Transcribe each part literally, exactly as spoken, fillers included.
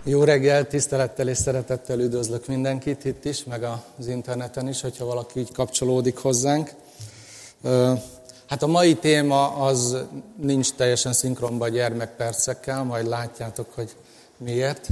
Jó reggel, tisztelettel és szeretettel üdvözlök mindenkit itt is, meg az interneten is, hogyha valaki így kapcsolódik hozzánk. Hát a mai téma az nincs teljesen szinkronban a gyermekpercekkel, majd látjátok, hogy miért.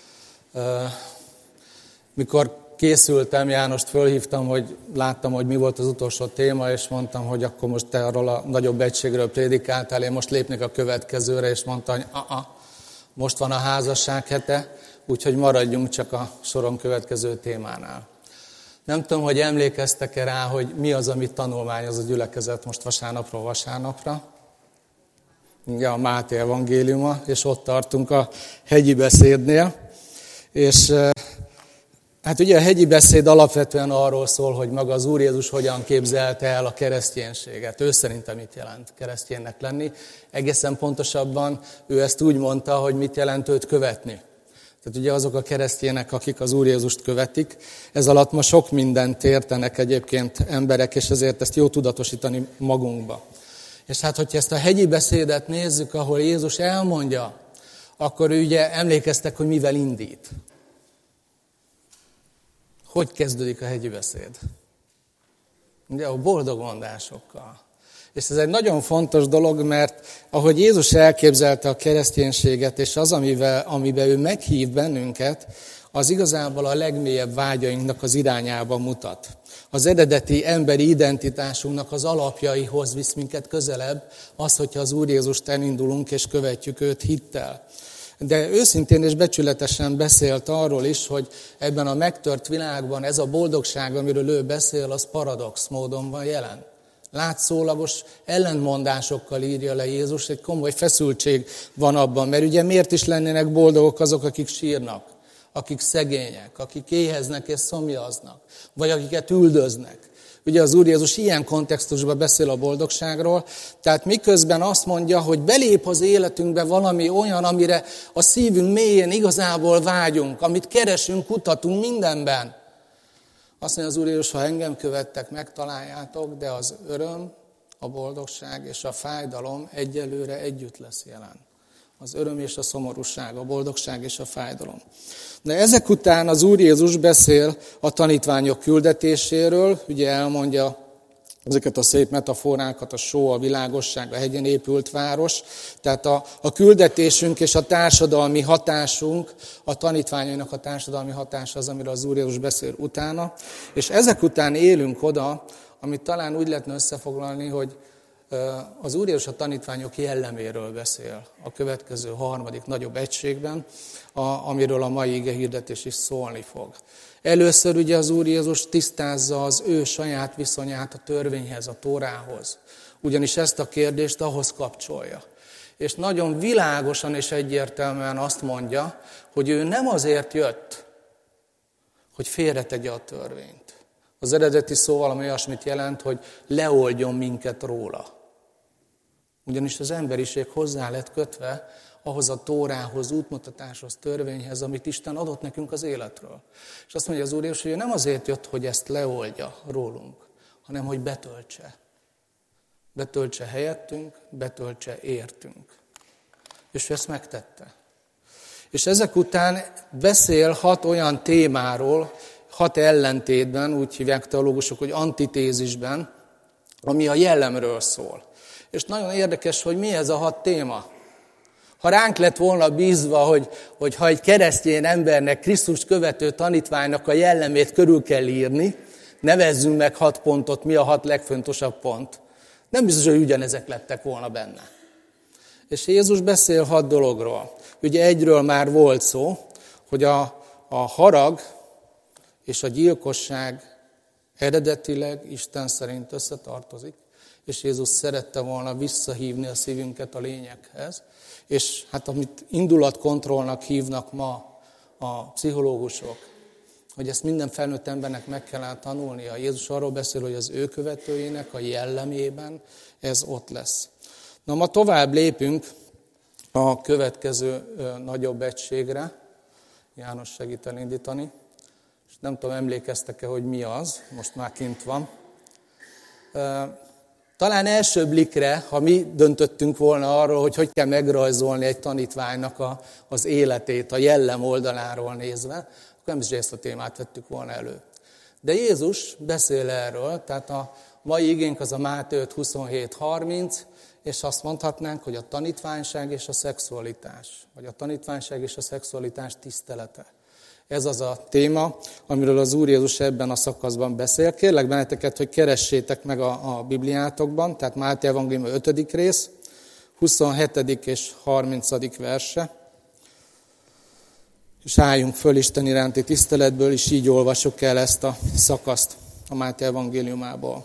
Mikor készültem, Jánost fölhívtam, hogy láttam, hogy mi volt az utolsó téma, és mondtam, hogy akkor most te arról a nagyobb egységről prédikáltál, én most lépnék a következőre, és mondta, hogy a-a. Most van a házasság hete, úgyhogy maradjunk csak a soron következő témánál. Nem tudom, hogy emlékeztek-e rá, hogy mi az, amit tanulmányoz a gyülekezet most vasárnapról vasárnapra. Igen, a Máté evangéliuma, és ott tartunk a hegyi beszédnél. És hát ugye a hegyi beszéd alapvetően arról szól, hogy maga az Úr Jézus hogyan képzelte el a kereszténységet. Ő szerintem mit jelent kereszténynek lenni. Egészen pontosabban ő ezt úgy mondta, hogy mit jelent őt követni. Tehát ugye azok a keresztények, akik az Úr Jézust követik, ez alatt ma sok mindent értenek egyébként emberek, és ezért ezt jó tudatosítani magunkba. És hát, hogyha ezt a hegyi beszédet nézzük, ahol Jézus elmondja, akkor ugye emlékeztek, hogy mivel indít. Hogy kezdődik a hegyi beszéd? Ugye a boldog mondásokkal. És ez egy nagyon fontos dolog, mert ahogy Jézus elképzelte a kereszténységet, és az, amivel, amiben ő meghív bennünket, az igazából a legmélyebb vágyainknak az irányába mutat. Az eredeti emberi identitásunknak az alapjaihoz visz minket közelebb, az, hogyha az Úr Jézust elindulunk és követjük őt hittel. De őszintén és becsületesen beszélt arról is, hogy ebben a megtört világban ez a boldogság, amiről ő beszél, az paradox módon van jelen. Látszólagos ellentmondásokkal írja le Jézus, egy komoly feszültség van abban, mert ugye miért is lennének boldogok azok, akik sírnak, akik szegények, akik éheznek és szomjaznak, vagy akiket üldöznek. Ugye az Úr Jézus ilyen kontextusban beszél a boldogságról, tehát miközben azt mondja, hogy belép az életünkbe valami olyan, amire a szívünk mélyén igazából vágyunk, amit keresünk, kutatunk mindenben. Azt mondja az Úr Jézus, ha engem követtek, megtaláljátok, de az öröm, a boldogság és a fájdalom egyelőre együtt lesz jelen. Az öröm és a szomorúság, a boldogság és a fájdalom. De ezek után az Úr Jézus beszél a tanítványok küldetéséről, ugye elmondja ezeket a szép metaforákat, a só, a világosság, a hegyen épült város. Tehát a, a küldetésünk és a társadalmi hatásunk, a tanítványainak a társadalmi hatása az, amiről az Úr Jézus beszél utána. És ezek után élünk oda, amit talán úgy lehetne összefoglalni, hogy az Úr Jézus a tanítványok jelleméről beszél a következő harmadik nagyobb egységben, a, amiről a mai igehirdetés is szólni fog. Először ugye az Úr Jézus tisztázza az ő saját viszonyát a törvényhez, a Tórához. Ugyanis ezt a kérdést ahhoz kapcsolja. És nagyon világosan és egyértelműen azt mondja, hogy ő nem azért jött, hogy félretegye a törvényt. Az eredeti szó valami olyasmit jelent, hogy leoldjon minket róla. Ugyanis az emberiség hozzá lett kötve ahhoz a Tórához, útmutatáshoz, törvényhez, amit Isten adott nekünk az életről. És azt mondja az Úr Jézus, hogy ő nem azért jött, hogy ezt leoldja rólunk, hanem hogy betöltse. Betöltse helyettünk, betöltse értünk. És ő ezt megtette. És ezek után beszél hat olyan témáról, hat ellentétben, úgy hívják teológusok, hogy antitézisben, ami a jellemről szól. És nagyon érdekes, hogy mi ez a hat téma. Ha ránk lett volna bízva, hogy, hogy ha egy keresztény embernek, Krisztust követő tanítványnak a jellemét körül kell írni, nevezzünk meg hat pontot, mi a hat legfontosabb pont. Nem biztos, hogy ugyanezek lettek volna benne. És Jézus beszél hat dologról. Ugye egyről már volt szó, hogy a, a harag és a gyilkosság eredetileg Isten szerint összetartozik, és Jézus szerette volna visszahívni a szívünket a lényeghez. És hát amit indulatkontrollnak hívnak ma a pszichológusok, hogy ezt minden felnőtt embernek meg kellene tanulnia. Jézus arról beszél, hogy az ő követőinek a jellemében ez ott lesz. Na ma tovább lépünk a következő nagyobb egységre. János segít elindítani. És nem tudom, emlékeztek-e, hogy mi az, most már kint van. Talán első blikre, ha mi döntöttünk volna arról, hogy hogy kell megrajzolni egy tanítványnak a, az életét, a jellem oldaláról nézve, akkor nem is ezt a témát vettük volna elő. De Jézus beszél erről, tehát a mai igénk az a Máté öt huszonhét harminc, és azt mondhatnánk, hogy a tanítványság és a szexualitás, vagy a tanítványság és a szexualitás tisztelete. Ez az a téma, amiről az Úr Jézus ebben a szakaszban beszél. Kérlek benneteket, hogy keressétek meg a, a Bibliátokban, tehát Máté evangélium ötödik rész, huszonhetedik és harmincadik verse. És álljunk föl Isten iránti tiszteletből, és így olvassuk el ezt a szakaszt a Máté evangéliumából.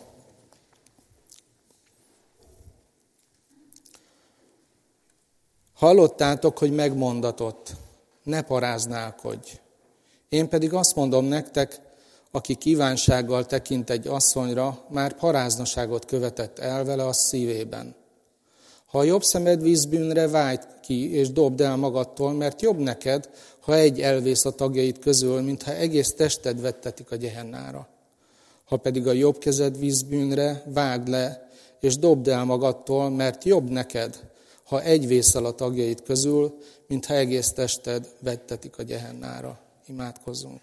Hallottátok, hogy megmondatott, ne paráználkodj. Én pedig azt mondom nektek, aki kívánsággal tekint egy asszonyra, már paráznaságot követett el vele a szívében. Ha a jobb szemed vízbűnre, vágj ki, és dobd el magadtól, mert jobb neked, ha egy elvész a tagjaid közül, mintha egész tested vettetik a gyehennára. Ha pedig a jobb kezed vízbűnre, vágd le, és dobd el magadtól, mert jobb neked, ha egy vészel a tagjaid közül, mintha egész tested vettetik a gyehennára. Imádkozzunk.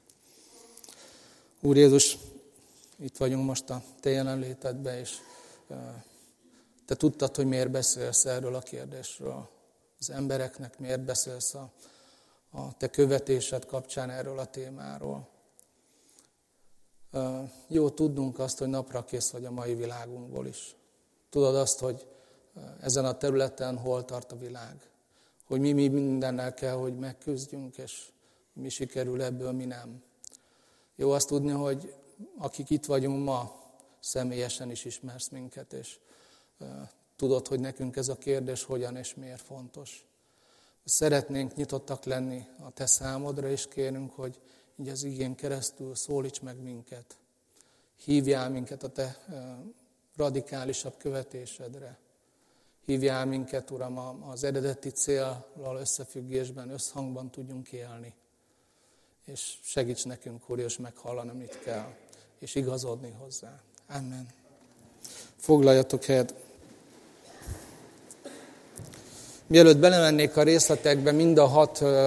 Úr Jézus, itt vagyunk most a Te jelenlétedben, és Te tudtad, hogy miért beszélsz erről a kérdésről. Az embereknek miért beszélsz a, a Te követésed kapcsán erről a témáról. Jó tudnunk azt, hogy napra kész vagy a mai világunkból is. Tudod azt, hogy ezen a területen hol tart a világ. Hogy mi, mi mindennel kell, hogy megküzdjünk, és mi sikerül ebből, mi nem. Jó azt tudni, hogy akik itt vagyunk ma, személyesen is ismersz minket, és uh, tudod, hogy nekünk ez a kérdés hogyan és miért fontos. Szeretnénk nyitottak lenni a Te számodra, és kérünk, hogy így az igén keresztül szólíts meg minket. Hívjál minket a Te uh, radikálisabb követésedre. Hívjál minket, Uram, az eredeti céllal összefüggésben, összhangban tudjunk élni. És segíts nekünk, Úr, és meghallani, amit kell, és igazodni hozzá. Amen. Foglaljatok helyet. Mielőtt belemennék a részletekbe, mind a hat uh,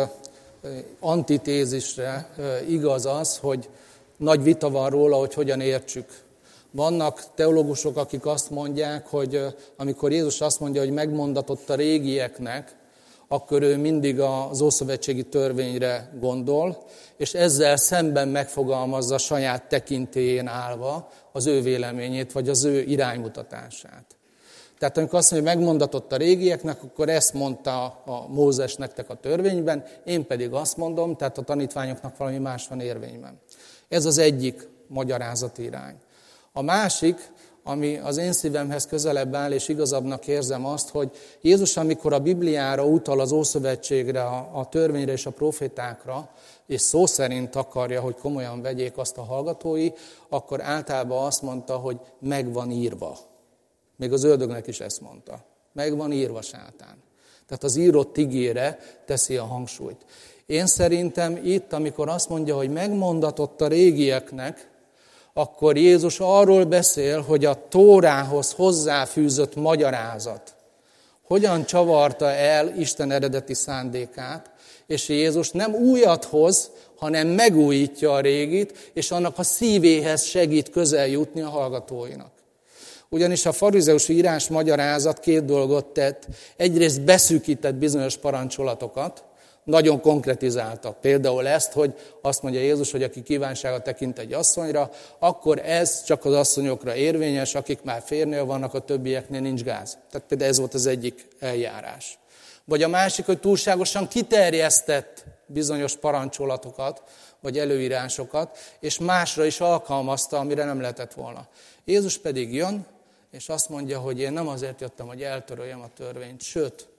antitézisre uh, igaz az, hogy nagy vita van róla, hogy hogyan értsük. Vannak teológusok, akik azt mondják, hogy amikor Jézus azt mondja, hogy megmondatott a régieknek, akkor ő mindig az ószövetségi törvényre gondol, és ezzel szemben megfogalmazza saját tekintélyén állva az ő véleményét, vagy az ő iránymutatását. Tehát amikor azt mondja, hogy megmondatott a régieknek, akkor ezt mondta a Mózes nektek a törvényben, én pedig azt mondom, tehát a tanítványoknak valami más van érvényben. Ez az egyik magyarázati irány. A másik, ami az én szívemhez közelebb áll, és igazabbnak érzem azt, hogy Jézus, amikor a Bibliára utal, az Ószövetségre, a törvényre és a profétákra, és szó szerint akarja, hogy komolyan vegyék azt a hallgatói, akkor általában azt mondta, hogy meg van írva. Még az ördögnek is ezt mondta. Meg van írva, sátán. Tehát az írott igére teszi a hangsúlyt. Én szerintem itt, amikor azt mondja, hogy megmondatott a régieknek, akkor Jézus arról beszél, hogy a Tórához hozzáfűzött magyarázat hogyan csavarta el Isten eredeti szándékát, és Jézus nem újat hoz, hanem megújítja a régit, és annak a szívéhez segít közel jutni a hallgatóinak. Ugyanis a farizeus írás magyarázat két dolgot tett. Egyrészt beszűkített bizonyos parancsolatokat, nagyon konkretizálta. Például ezt, hogy azt mondja Jézus, hogy aki kívánsága tekint egy asszonyra, akkor ez csak az asszonyokra érvényes, akik már férnél vannak, a többieknél nincs gáz. Tehát például ez volt az egyik eljárás. Vagy a másik, hogy túlságosan kiterjesztett bizonyos parancsolatokat, vagy előírásokat, és másra is alkalmazta, amire nem lehetett volna. Jézus pedig jön, és azt mondja, hogy én nem azért jöttem, hogy eltöröljem a törvényt, sőt,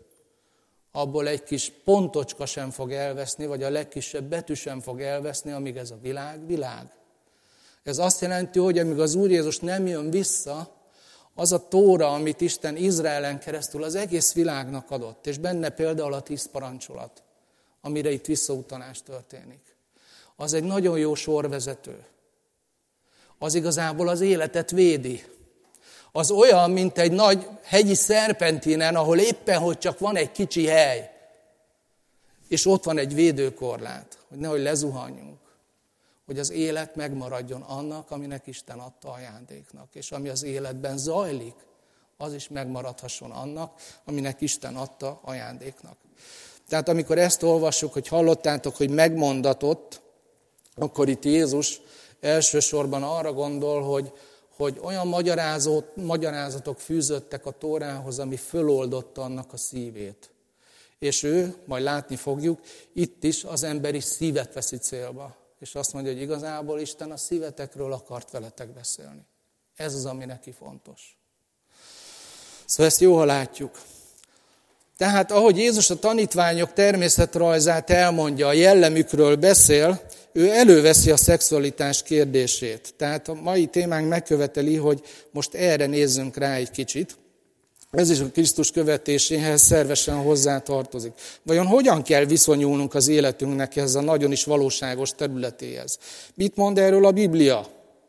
abból egy kis pontocska sem fog elveszni, vagy a legkisebb betű sem fog elveszni, amíg ez a világ, világ. Ez azt jelenti, hogy amíg az Úr Jézus nem jön vissza, az a Tóra, amit Isten Izraelen keresztül az egész világnak adott, és benne például a tíz parancsolat, amire itt visszautalás történik. Az egy nagyon jó sorvezető. Az igazából az életet védi. az olyan, mint egy nagy hegyi szerpentinen, ahol éppen, hogy csak van egy kicsi hely. És ott van egy védőkorlát, hogy nehogy lezuhanjunk. Hogy az élet megmaradjon annak, aminek Isten adta ajándéknak. És ami az életben zajlik, az is megmaradhasson annak, aminek Isten adta ajándéknak. Tehát amikor ezt olvassuk, hogy hallottátok, hogy megmondatott, akkor itt Jézus elsősorban arra gondol, hogy, hogy olyan magyarázat, magyarázatok fűzöttek a Tórához, ami föloldotta annak a szívét. És ő, majd látni fogjuk, itt is az emberi szívet veszi célba. És azt mondja, hogy igazából Isten a szívetekről akart veletek beszélni. Ez az, ami neki fontos. Szóval ezt jól látjuk. Tehát ahogy Jézus a tanítványok természetrajzát elmondja, a jellemükről beszél, ő előveszi a szexualitás kérdését. Tehát a mai témánk megköveteli, hogy most erre nézzünk rá egy kicsit. Ez is a Krisztus követéséhez szervesen hozzátartozik. Vajon hogyan kell viszonyulnunk az életünknek ehhez a nagyon is valóságos területéhez? Mit mond erről a Biblia?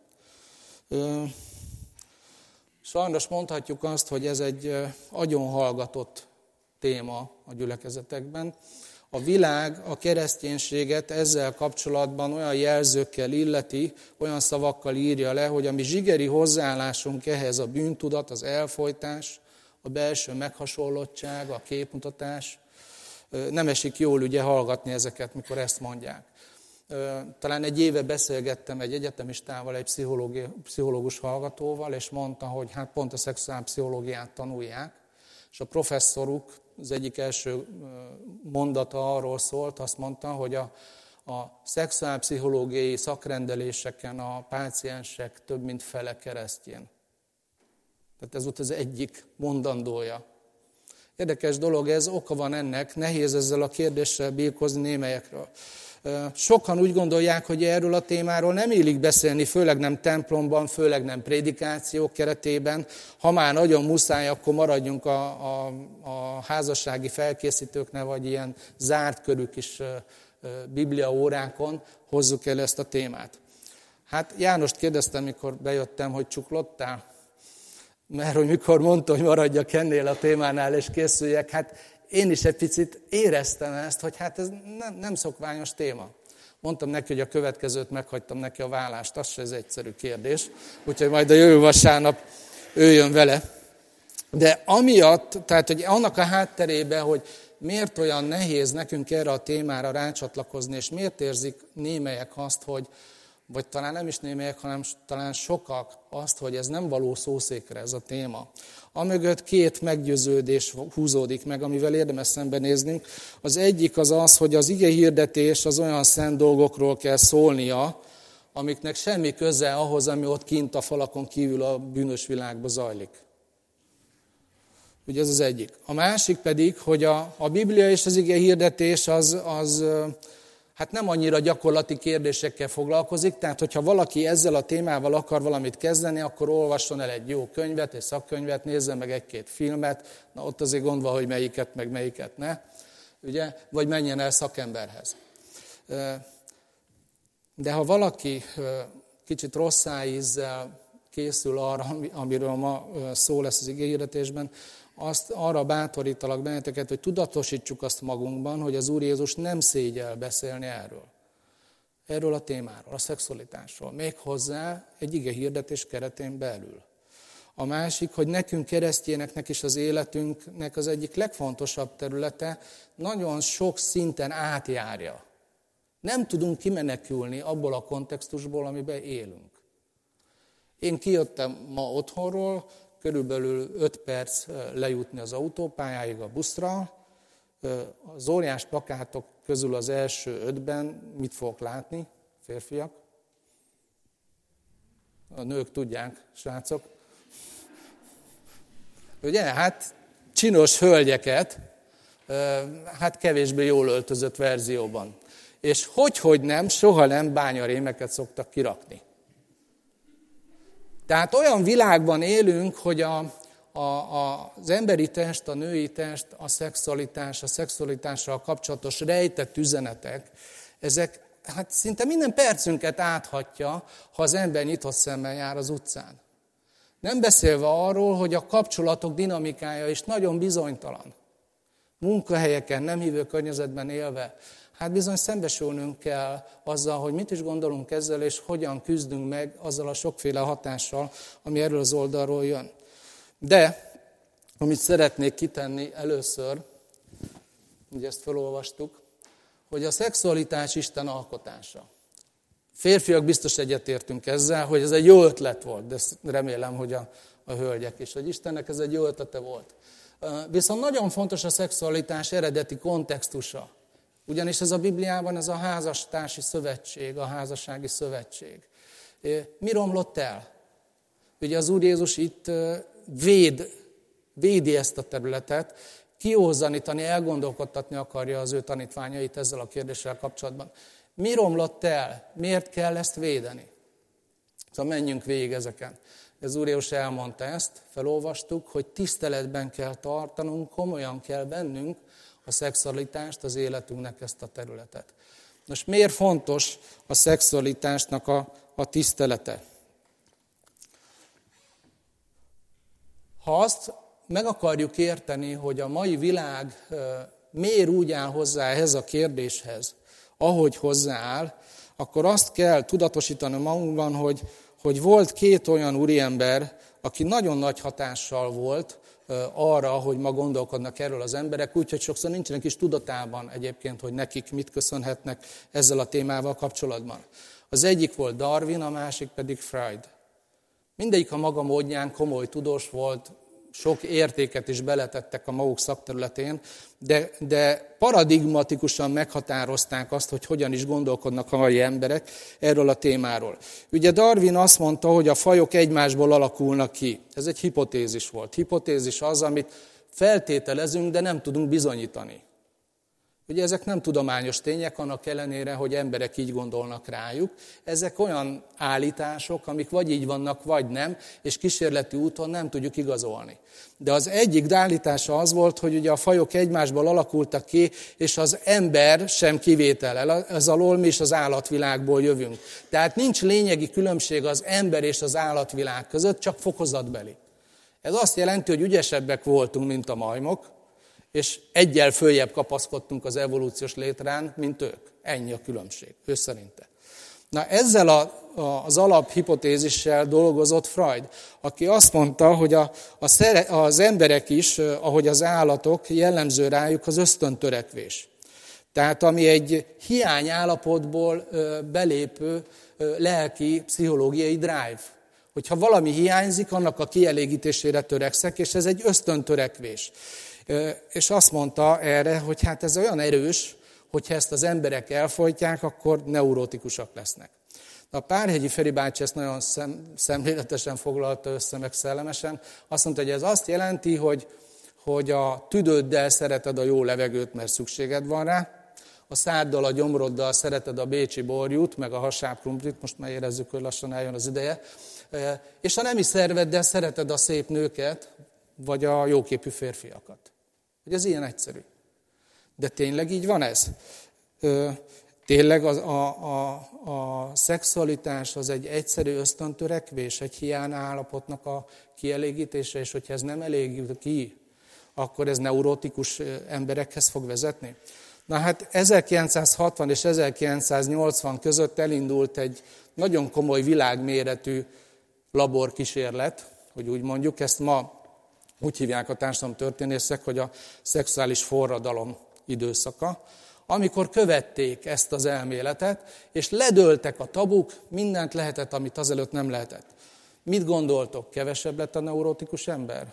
Sajnos mondhatjuk azt, hogy ez egy agyonhallgatott téma a gyülekezetekben. A világ a kereszténységet ezzel kapcsolatban olyan jelzőkkel illeti, olyan szavakkal írja le, hogy a mi zsigeri hozzáállásunk ehhez a bűntudat, az elfojtás, a belső meghasonlottság, a képmutatás, nem esik jól ugye hallgatni ezeket, mikor ezt mondják. Talán egy éve beszélgettem egy egyetemistával, egy pszichológus hallgatóval, és mondta, hogy hát pont a szexuálpszichológiát tanulják, és a professzoruk az egyik első mondata arról szólt, azt mondta, hogy a, a szexuálpszichológiai szakrendeléseken a páciensek több mint fele keresztjén. Tehát ez volt az egyik mondandója. Érdekes dolog ez, oka van ennek, nehéz ezzel a kérdéssel birkózni némelyekről. Sokan úgy gondolják, hogy erről a témáról nem illik beszélni, főleg nem templomban, főleg nem prédikációk keretében. Ha már nagyon muszáj, akkor maradjunk a, a, a házassági felkészítőknél, vagy ilyen zárt körű kis bibliaórákon hozzuk el ezt a témát. Hát Jánost kérdeztem, mikor bejöttem, hogy csuklottál? Mert hogy mikor mondta, hogy maradjak ennél a témánál és készüljek, hát én is egy picit éreztem ezt, hogy hát ez nem, nem szokványos téma. Mondtam neki, hogy a következőt meghagytam neki a vállást, az se ez egyszerű kérdés, úgyhogy majd a jövő vasárnap ő jön vele. De amiatt, tehát hogy annak a hátterében, hogy miért olyan nehéz nekünk erre a témára rácsatlakozni, és miért érzik némelyek azt, hogy vagy talán nem is némelyek, hanem talán sokak azt, hogy ez nem való szószékre ez a téma. Amögött két meggyőződés húzódik meg, amivel érdemes szembenéznünk. Az egyik az az, hogy az ige hirdetés az olyan szent dolgokról kell szólnia, amiknek semmi köze ahhoz, ami ott kint a falakon kívül a bűnös világban zajlik. Ugye ez az egyik. A másik pedig, hogy a, a Biblia és az ige hirdetés az... az hát nem annyira gyakorlati kérdésekkel foglalkozik, tehát hogyha valaki ezzel a témával akar valamit kezdeni, akkor olvasson el egy jó könyvet, egy szakkönyvet, nézzen meg egy-két filmet, na ott azért gond van, hogy melyiket, meg melyiket ne, ugye? Vagy menjen el szakemberhez. De ha valaki kicsit rosszáízzel készül arra, amiről ma szó lesz az igéhirdetésben, azt arra bátorítalak benneteket, hogy tudatosítsuk azt magunkban, hogy az Úr Jézus nem szégyel beszélni erről. Erről a témáról, a szexualitásról. Méghozzá egy ige hirdetés keretén belül. A másik, hogy nekünk keresztényeknek is az életünknek az egyik legfontosabb területe nagyon sok szinten átjárja. Nem tudunk kimenekülni abból a kontextusból, amiben élünk. Én kijöttem ma otthonról, körülbelül öt perc lejutni az autópályáig a buszra. Az óriás plakátok közül az első ötben mit fogok látni, férfiak? A nők tudják, srácok. Ugye, hát csinos hölgyeket, hát kevésbé jól öltözött verzióban. És hogy-hogy nem, soha nem bányarémeket szoktak kirakni. Tehát olyan világban élünk, hogy a, a, a, az emberi test, a női test, a szexualitás, a szexualitással kapcsolatos rejtett üzenetek, ezek hát szinte minden percünket áthatja, ha az ember nyitott szemmel jár az utcán. Nem beszélve arról, hogy a kapcsolatok dinamikája is nagyon bizonytalan. Munkahelyeken, nem hívő környezetben élve, hát bizony szembesülnünk kell azzal, hogy mit is gondolunk ezzel, és hogyan küzdünk meg azzal a sokféle hatással, ami erről az oldalról jön. De, amit szeretnék kitenni először, ugye ezt felolvastuk, hogy a szexualitás Isten alkotása. Férfiak biztos egyetértünk ezzel, hogy ez egy jó ötlet volt, de remélem, hogy a, a hölgyek is, hogy Istennek ez egy jó ötlete volt. Viszont nagyon fontos a szexualitás eredeti kontextusa. Ugyanis ez a Bibliában ez a házastársi szövetség, a házassági szövetség. Mi romlott el? Ugye az Úr Jézus itt véd, védi ezt a területet, kiózanítani, elgondolkodtatni akarja az ő tanítványait ezzel a kérdéssel kapcsolatban. Mi romlott el? Miért kell ezt védeni? Szóval menjünk végig ezeken. Az Úr Jézus elmondta ezt, felolvastuk, hogy tiszteletben kell tartanunk, komolyan kell vennünk a szexualitást, az életünknek ezt a területet. Most miért fontos a szexualitásnak a, a tisztelete? Ha azt meg akarjuk érteni, hogy a mai világ miért úgy áll hozzá ehhez a kérdéshez, ahogy hozzááll, akkor azt kell tudatosítani magunkban, hogy, hogy volt két olyan úriember, aki nagyon nagy hatással volt arra, hogy ma gondolkodnak erről az emberek, úgyhogy sokszor nincsenek is tudatában egyébként, hogy nekik mit köszönhetnek ezzel a témával kapcsolatban. Az egyik volt Darwin, a másik pedig Freud. Mindegyik a maga módján komoly tudós volt, sok értéket is beletettek a maguk szakterületén, de, de paradigmatikusan meghatározták azt, hogy hogyan is gondolkodnak a mai emberek erről a témáról. Ugye Darwin azt mondta, hogy a fajok egymásból alakulnak ki. Ez egy hipotézis volt. Hipotézis az, amit feltételezünk, de nem tudunk bizonyítani. Ugye ezek nem tudományos tények, annak ellenére, hogy emberek így gondolnak rájuk. Ezek olyan állítások, amik vagy így vannak, vagy nem, és kísérleti úton nem tudjuk igazolni. De az egyik állítása az volt, hogy ugye a fajok egymásból alakultak ki, és az ember sem kivétel. Ez alól mi is az állatvilágból jövünk. Tehát nincs lényegi különbség az ember és az állatvilág között, csak fokozatbeli. Ez azt jelenti, hogy ügyesebbek voltunk, mint a majmok, és egyel följebb kapaszkodtunk az evolúciós létrán, mint ők. Ennyi a különbség, ő szerinte. Na ezzel a, a, az alaphipotézissel dolgozott Freud, aki azt mondta, hogy a, a szere, az emberek is, ahogy az állatok, jellemző rájuk az ösztöntörekvés. Tehát ami egy hiányállapotból belépő lelki, pszichológiai drive. Hogyha valami hiányzik, annak a kielégítésére törekszek, és ez egy ösztöntörekvés. És azt mondta erre, hogy hát ez olyan erős, hogyha ezt az emberek elfojtják, akkor neurotikusak lesznek. A Párhegyi Feri bácsi ezt nagyon szem, szemléletesen foglalta össze, meg szellemesen. Azt mondta, hogy ez azt jelenti, hogy, hogy a tüdőddel szereted a jó levegőt, mert szükséged van rá, a száddal, a gyomroddal szereted a bécsi borjút, meg a hasáb krumplit, most már érezzük, hogy lassan eljön az ideje, és a nemi szerveddel szereted a szép nőket, vagy a jóképű férfiakat. Hogy ez ilyen egyszerű. De tényleg így van ez? Tényleg az, a, a, a szexualitás az egy egyszerű ösztöntörekvés, egy hiányállapotnak a kielégítése, és hogyha ez nem elégít ki, akkor ez neurotikus emberekhez fog vezetni. Na hát ezerkilencszázhatvan és ezerkilencszáznyolcvan között elindult egy nagyon komoly világméretű laborkísérlet, hogy úgy mondjuk, ezt ma úgy hívják a társadalomtörténészek, hogy a szexuális forradalom időszaka, amikor követték ezt az elméletet, és ledőltek a tabuk, mindent lehetett, amit azelőtt nem lehetett. Mit gondoltok, kevesebb lett a neurotikus ember?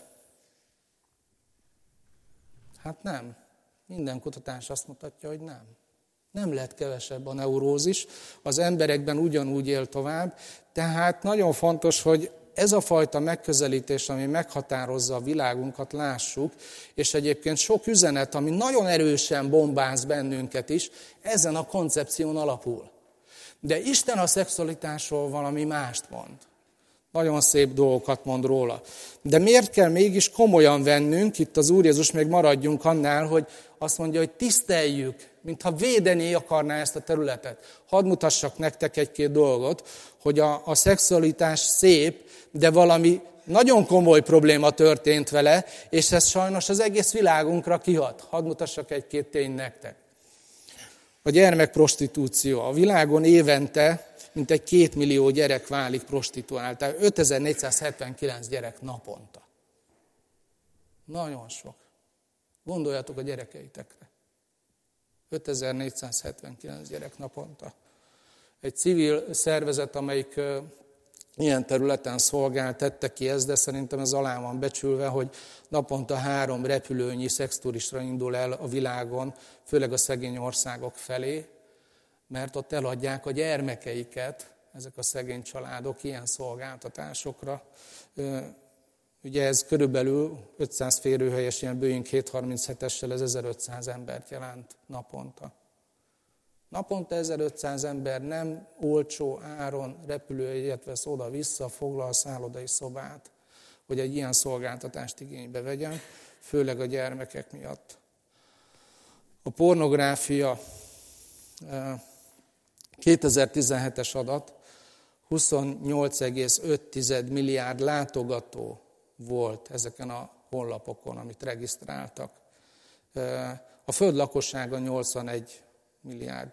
Hát nem. Minden kutatás azt mutatja, hogy nem. Nem lett kevesebb a neurózis, az emberekben ugyanúgy él tovább, tehát nagyon fontos, hogy ez a fajta megközelítés, ami meghatározza a világunkat, lássuk, és egyébként sok üzenet, ami nagyon erősen bombáz bennünket is, ezen a koncepción alapul. De Isten a szexualitásról valami mást mond. Nagyon szép dolgokat mond róla. De miért kell mégis komolyan vennünk, itt az Úr Jézus, még maradjunk annál, hogy azt mondja, hogy tiszteljük, mintha védeni akarná ezt a területet. Hadd mutassak nektek egy-két dolgot, hogy a, a szexualitás szép, de valami nagyon komoly probléma történt vele, és ez sajnos az egész világunkra kihat. Hadd mutassak egy-két tény nektek. A gyermekprostitúció. A világon évente mintegy két millió gyerek válik prostituált. Tehát ötezer-négyszázhetvenkilenc gyerek naponta. Nagyon sok. Gondoljatok a gyerekeitekre. ötezer-négyszázhetvenkilenc gyerek naponta. Egy civil szervezet, amelyik ilyen területen szolgál, tette ki ezt, de szerintem ez alá van becsülve, hogy naponta három repülőnyi szexturista indul el a világon, főleg a szegény országok felé, mert ott eladják a gyermekeiket, ezek a szegény családok ilyen szolgáltatásokra. Ugye ez körülbelül ötszáz férőhelyes ilyen Boeing hétszázharminchetessel, ez ezerötszáz embert jelent naponta. Naponta ezerötszáz ember nem olcsó áron repülőjegyet vesz oda-vissza, foglal szállodai szobát, hogy egy ilyen szolgáltatást igénybe vegyen, főleg a gyermekek miatt. A pornográfia kétezer-tizenhetes adat, huszonnyolc egész öt milliárd látogató volt ezeken a honlapokon, amit regisztráltak. A föld lakossága nyolcvanegy milliárd.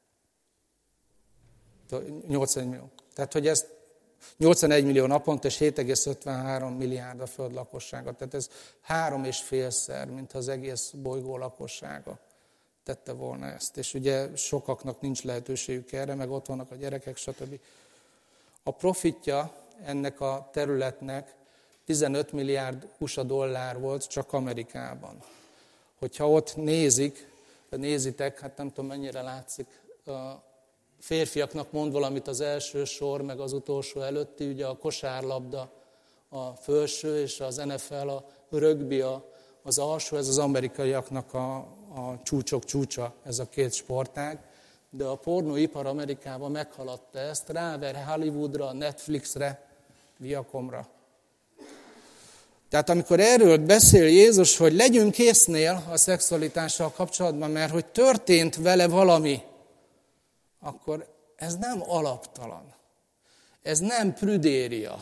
nyolcvanegy millió. Tehát, hogy ez nyolcvanegy millió naponta, és hét egész ötvenhárom milliárd a föld lakossága. Tehát ez három és félszer, mint az egész bolygó lakossága tette volna ezt. És ugye sokaknak nincs lehetőségük erre, meg ott vannak a gyerekek, stb. A profitja ennek a területnek tizenöt milliárd u es á dollár volt csak Amerikában. Hogyha ott nézik, nézitek, hát nem tudom mennyire látszik, a férfiaknak mond valamit az első sor, meg az utolsó előtti, ugye a kosárlabda a felső, és az en ef el, a rögbi az alsó, ez az amerikaiaknak a, a csúcsok csúcsa, ez a két sportág. De a pornóipar Amerikában meghaladta ezt, ráver Hollywoodra, Netflixre, Viacomra. Tehát amikor erről beszél Jézus, hogy legyünk késznél a szexualitással kapcsolatban, mert hogy történt vele valami, akkor ez nem alaptalan. Ez nem prüdéria.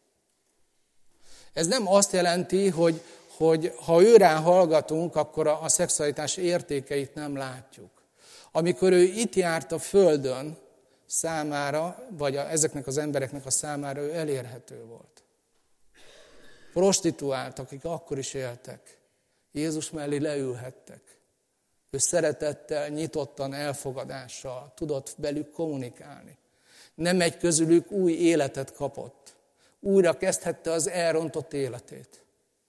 Ez nem azt jelenti, hogy, hogy ha őrán hallgatunk, akkor a, a szexualitás értékeit nem látjuk. Amikor ő itt járt a földön számára, vagy a, ezeknek az embereknek a számára ő elérhető volt. Prostituált, akik akkor is éltek. Jézus mellé leülhettek. Ő szeretettel, nyitottan, elfogadással tudott velük kommunikálni. Nem egy közülük új életet kapott. Újra kezdhette az elrontott életét.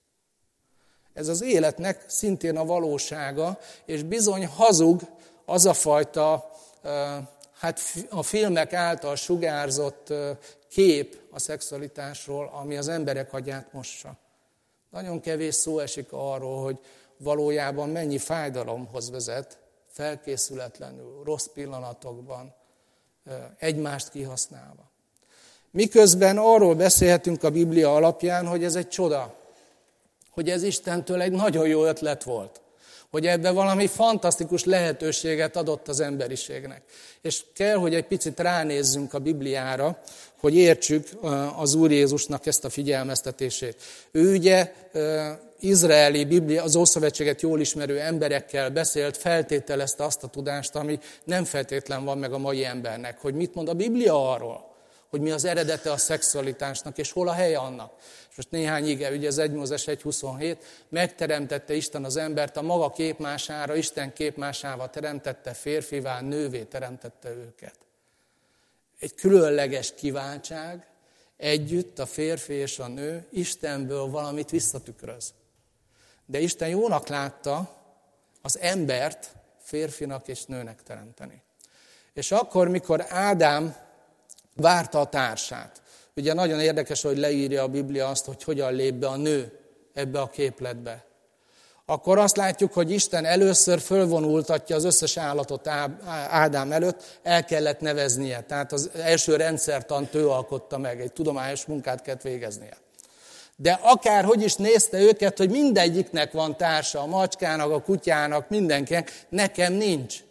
Ez az életnek szintén a valósága, és bizony hazug az a fajta, hát a filmek által sugárzott kép a szexualitásról, ami az emberek agyát mossa. Nagyon kevés szó esik arról, hogy valójában mennyi fájdalomhoz vezet, felkészületlenül, rossz pillanatokban, egymást kihasználva. Miközben arról beszélhetünk a Biblia alapján, hogy ez egy csoda, hogy ez Istentől egy nagyon jó ötlet volt, hogy ebben valami fantasztikus lehetőséget adott az emberiségnek. És kell, hogy egy picit ránézzünk a Bibliára, hogy értsük az Úr Jézusnak ezt a figyelmeztetését. Ő ugye izraeli Biblia, az Ószövetséget jól ismerő emberekkel beszélt, feltételezte azt a tudást, ami nem feltétlen van meg a mai embernek. Hogy mit mond a Biblia arról, hogy mi az eredete a szexualitásnak, és hol a helye annak. És most néhány ige, ugye az egy Mózes egy huszonhét, megteremtette Isten az embert a maga képmására, Isten képmásával teremtette, férfivá, nővé teremtette őket. Egy különleges kiváltság, együtt a férfi és a nő Istenből valamit visszatükröz. De Isten jónak látta az embert férfinak és nőnek teremteni. És akkor, mikor Ádám várta a társát, ugye nagyon érdekes, hogy leírja a Biblia azt, hogy hogyan lép be a nő ebbe a képletbe. Akkor azt látjuk, hogy Isten először fölvonultatja az összes állatot Ádám előtt, el kellett neveznie. Tehát az első rendszertant ő alkotta meg, egy tudományos munkát kellett végeznie. De akárhogy is nézte őket, hogy mindegyiknek van társa, a macskának, a kutyának, mindenkinek, nekem nincs.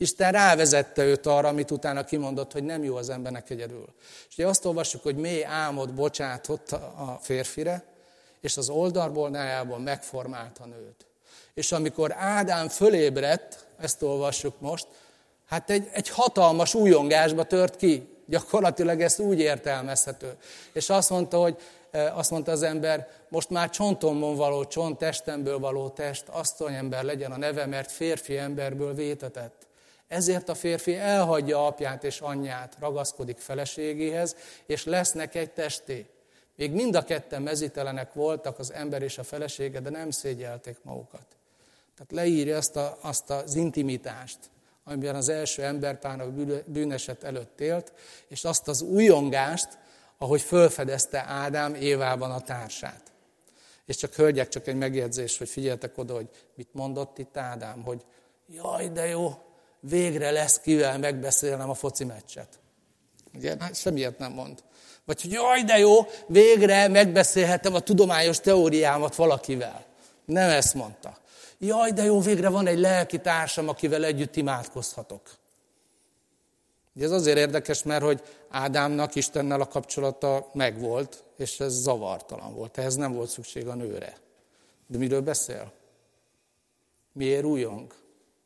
Isten rávezette őt arra, amit utána kimondott, hogy nem jó az embernek egyedül. És ugye azt olvassuk, hogy mély álmot bocsátott a férfire, és az oldalbolnájából megformált a nőt. És amikor Ádám fölébredt, ezt olvassuk most, hát egy, egy hatalmas újongásba tört ki. Gyakorlatilag ezt úgy értelmezhető. És azt mondta, hogy azt mondta az ember, most már csontomban való csont, testemből való test, asszony ember legyen a neve, mert férfi emberből vétetett. Ezért a férfi elhagyja apját és anyját, ragaszkodik feleségéhez, és lesznek egy testé. Még mind a ketten mezítelenek voltak, az ember és a felesége, de nem szégyelték magukat. Tehát leírja azt, a, azt az intimitást, amiben az első emberpár a bűneset előtt élt, és azt az újongást, ahogy fölfedezte Ádám Évában a társát. És csak hölgyek, csak egy megjegyzés, hogy figyeljetek oda, hogy mit mondott itt Ádám, hogy jaj, de jó, végre lesz kivel megbeszélnem a foci meccset. Ugye, hát semmilyet nem mond. Vagy hogy jaj, de jó, végre megbeszélhetem a tudományos teóriámat valakivel. Nem ezt mondta. Jaj, de jó, végre van egy lelki társam, akivel együtt imádkozhatok. Ez azért érdekes, mert hogy Ádámnak Istennel a kapcsolata megvolt, és ez zavartalan volt. Ehhez nem volt szükség a nőre. De miről beszél? Miért újong?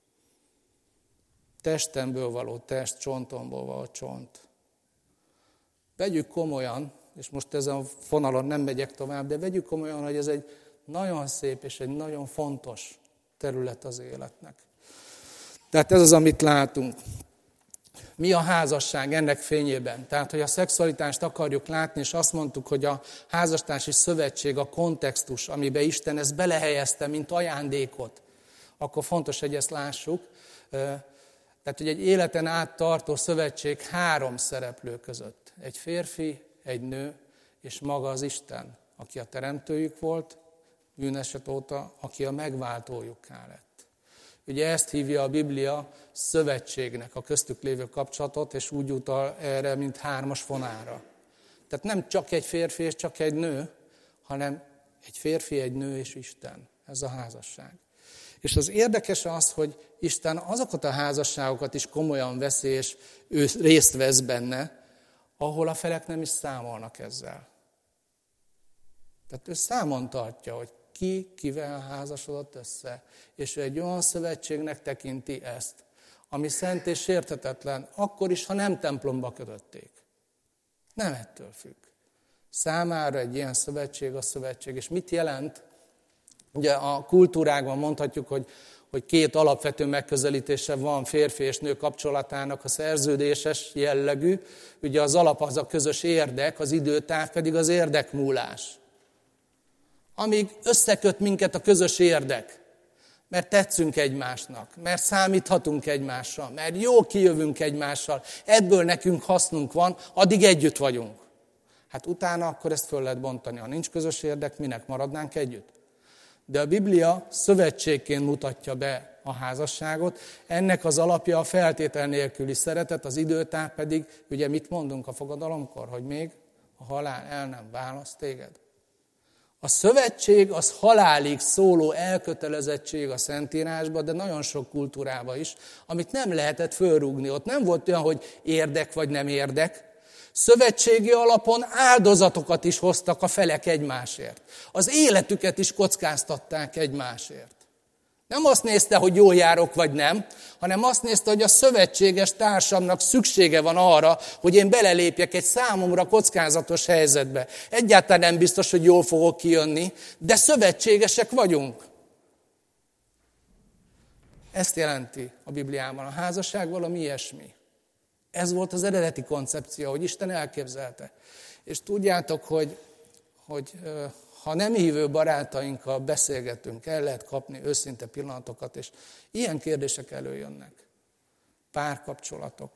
Testemből való test, csontomból való csont. Vegyük komolyan, és most ezen a fonalon nem megyek tovább, de vegyük komolyan, hogy ez egy nagyon szép és egy nagyon fontos terület az életnek. Tehát ez az, amit látunk. Mi a házasság ennek fényében? Tehát, hogy a szexualitást akarjuk látni, és azt mondtuk, hogy a házastársi szövetség a kontextus, amiben Isten ezt belehelyezte, mint ajándékot, akkor fontos, hogy ezt lássuk. Tehát, hogy egy életen át tartó szövetség három szereplő között. Egy férfi, egy nő, és maga az Isten, aki a teremtőjük volt, bűneset óta, aki a megváltójukká lett. Ugye ezt hívja a Biblia szövetségnek, a köztük lévő kapcsolatot, és úgy utal erre, mint hármas fonálra. Tehát nem csak egy férfi és csak egy nő, hanem egy férfi, egy nő és Isten. Ez a házasság. És az érdekes az, hogy Isten azokat a házasságokat is komolyan veszi, és ő részt vesz benne, ahol a felek nem is számolnak ezzel. Tehát ő számon tartja, hogy ki kivel házasodott össze, és ő egy olyan szövetségnek tekinti ezt, ami szent és sérthetetlen, akkor is, ha nem templomba kötötték. Nem ettől függ. Számára egy ilyen szövetség a szövetség. És mit jelent? Ugye a kultúrákban mondhatjuk, hogy, hogy két alapvető megközelítése van férfi és nő kapcsolatának, a szerződéses jellegű. Ugye az alap az a közös érdek, az időtáv pedig az érdekmúlás. Amíg összeköt minket a közös érdek, mert tetszünk egymásnak, mert számíthatunk egymásra, mert jó kijövünk egymással, ebből nekünk hasznunk van, addig együtt vagyunk. Hát utána akkor ezt föl lehet bontani. Ha nincs közös érdek, minek maradnánk együtt? De a Biblia szövetségként mutatja be a házasságot, ennek az alapja a feltétel nélküli szeretet, az időtáv pedig, ugye mit mondunk a fogadalomkor, hogy még a halál el nem választ téged. A szövetség az halálig szóló elkötelezettség a Szentírásban, de nagyon sok kultúrában is, amit nem lehetett fölrúgni. Ott nem volt olyan, hogy érdek vagy nem érdek. Szövetségi alapon áldozatokat is hoztak a felek egymásért. Az életüket is kockáztatták egymásért. Nem azt nézte, hogy jól járok vagy nem, hanem azt nézte, hogy a szövetséges társamnak szüksége van arra, hogy én belelépjek egy számomra kockázatos helyzetbe. Egyáltalán nem biztos, hogy jól fogok kijönni, de szövetségesek vagyunk. Ezt jelenti a Bibliában. A házasság valami ilyesmi. Ez volt az eredeti koncepció, hogy Isten elképzelte. És tudjátok, hogy, hogy ha nem hívő barátainkkal beszélgetünk, el lehet kapni őszinte pillanatokat, és ilyen kérdések előjönnek. Párkapcsolatok.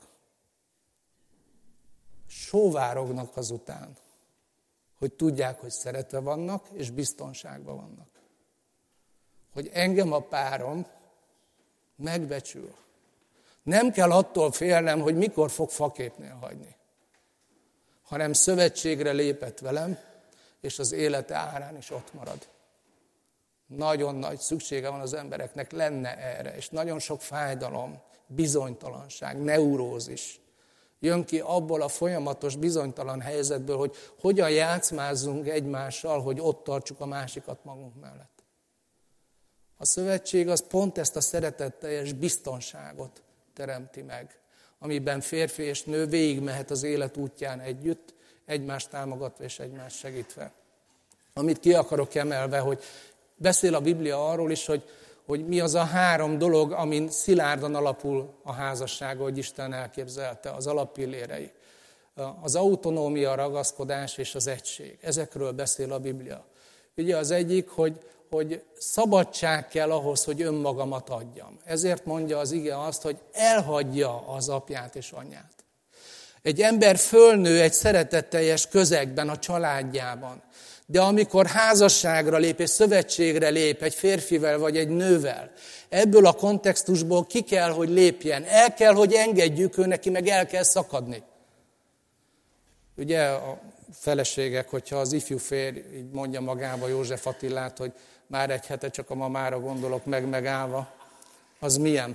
Sóvárognak azután, hogy tudják, hogy szeretve vannak, és biztonságban vannak. Hogy engem a párom megbecsül. Nem kell attól félnem, hogy mikor fog faképnél hagyni, hanem szövetségre lépett velem, és az élete árán is ott marad. Nagyon nagy szüksége van az embereknek, lenne erre, és nagyon sok fájdalom bizonytalanság, neurózis. Jön ki abból a folyamatos bizonytalan helyzetből, hogy hogyan játszmázzunk egymással, hogy ott tartsuk a másikat magunk mellett. A szövetség az pont ezt a szeretetteljes biztonságot teremti meg, amiben férfi és nő végigmehet az élet útján együtt, egymást támogatva és egymást segítve. Amit ki akarok emelve, hogy beszél a Biblia arról is, hogy, hogy mi az a három dolog, amin szilárdan alapul a házasság, hogy Isten elképzelte, az alappillérei. Az autonómia, a ragaszkodás és az egység. Ezekről beszél a Biblia. Ugye az egyik, hogy, hogy szabadság kell ahhoz, hogy önmagamat adjam. Ezért mondja az ige azt, hogy elhagyja az apját és anyját. Egy ember fölnő egy szeretetteljes közegben, a családjában. De amikor házasságra lép és szövetségre lép egy férfivel vagy egy nővel, ebből a kontextusból ki kell, hogy lépjen. El kell, hogy engedjük, ő neki meg el kell szakadni. Ugye a feleségek, hogyha az ifjú férj így mondja magába József Attilát, hogy már egy hete csak a mamára gondolok meg megállva, az milyen?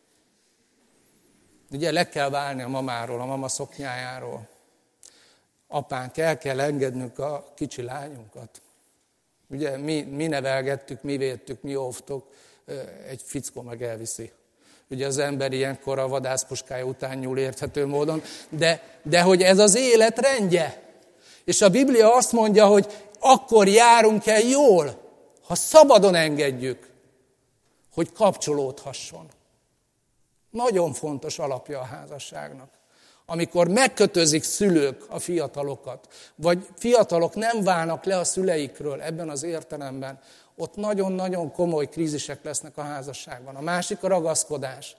Ugye le kell válni a mamáról, a mama szoknyájáról. Apánk, el kell engednünk a kicsi lányunkat. Ugye mi, mi nevelgettük, mi védtük, mi óvtok, egy fickó meg elviszi. Ugye az ember ilyenkor a vadászpuskája után nyúl érthető módon, de, de hogy ez az élet rendje. És a Biblia azt mondja, hogy akkor járunk el jól, ha szabadon engedjük, hogy kapcsolódhasson. Nagyon fontos alapja a házasságnak. Amikor megkötözik szülők a fiatalokat, vagy fiatalok nem válnak le a szüleikről ebben az értelemben, ott nagyon-nagyon komoly krízisek lesznek a házasságban. A másik a ragaszkodás.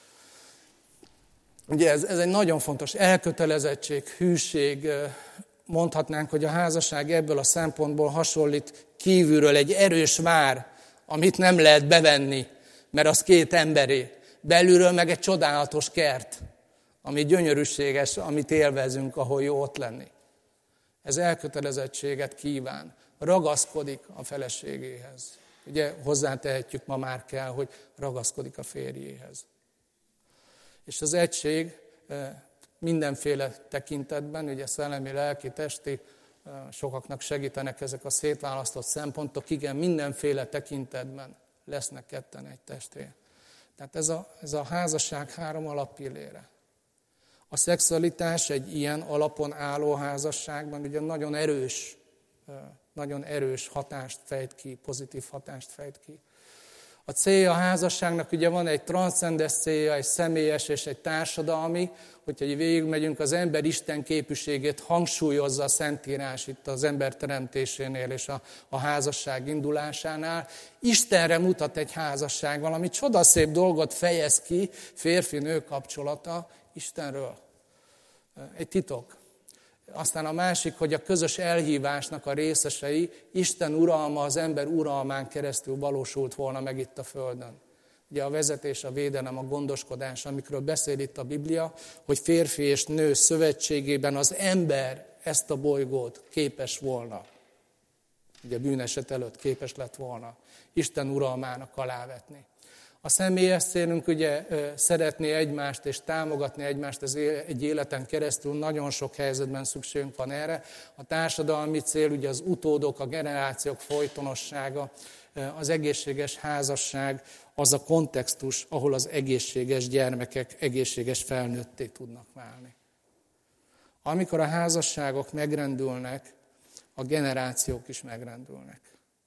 Ugye ez, ez egy nagyon fontos elkötelezettség, hűség. Mondhatnánk, hogy a házasság ebből a szempontból hasonlít kívülről egy erős vár, amit nem lehet bevenni, mert az két emberé. Belülről meg egy csodálatos kert, ami gyönyörűséges, amit élvezünk, ahol jó ott lenni. Ez elkötelezettséget kíván, ragaszkodik a feleségéhez. Ugye hozzátehetjük, ma már kell, hogy ragaszkodik a férjéhez. És az egység mindenféle tekintetben, ugye szellemi, lelki, testi, sokaknak segítenek ezek a szétválasztott szempontok, igen, mindenféle tekintetben lesznek ketten egy testé. Tehát ez a, ez a házasság három alappillére. A szexualitás egy ilyen alapon álló házasságban ugye nagyon erős, nagyon erős hatást fejt ki, pozitív hatást fejt ki. A célja a házasságnak ugye van egy transzcendens célja, egy személyes és egy társadalmi, hogyha végigmegyünk, az ember Isten képűségét hangsúlyozza a Szentírás itt az ember teremtésénél és a, a házasság indulásánál. Istenre mutat egy házasság, valami csodaszép dolgot fejez ki, férfi-nő kapcsolata Istenről. Egy titok. Aztán a másik, hogy a közös elhívásnak a részesei, Isten uralma az ember uralmán keresztül valósult volna meg itt a földön. Ugye a vezetés, a védelem, a gondoskodás, amikről beszél itt a Biblia, hogy férfi és nő szövetségében az ember ezt a bolygót képes volna. Ugye bűneset előtt képes lett volna Isten uralmának alávetni. A személyes célunk ugye szeretni egymást és támogatni egymást az egy életen keresztül, nagyon sok helyzetben szükségünk van erre. A társadalmi cél ugye az utódok, a generációk folytonossága, az egészséges házasság, az a kontextus, ahol az egészséges gyermekek egészséges felnőtté tudnak válni. Amikor a házasságok megrendülnek, a generációk is megrendülnek.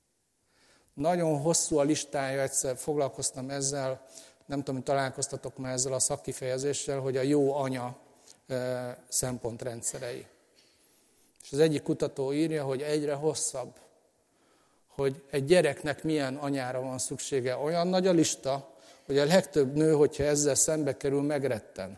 Nagyon hosszú a listája, egyszer foglalkoztam ezzel, nem tudom, hogy találkoztatok már ezzel a szakkifejezéssel, hogy a jó anya szempontrendszerei. És az egyik kutató írja, hogy egyre hosszabb, hogy egy gyereknek milyen anyára van szüksége. Olyan nagy a lista, hogy a legtöbb nő, hogyha ezzel szembe kerül, megretten.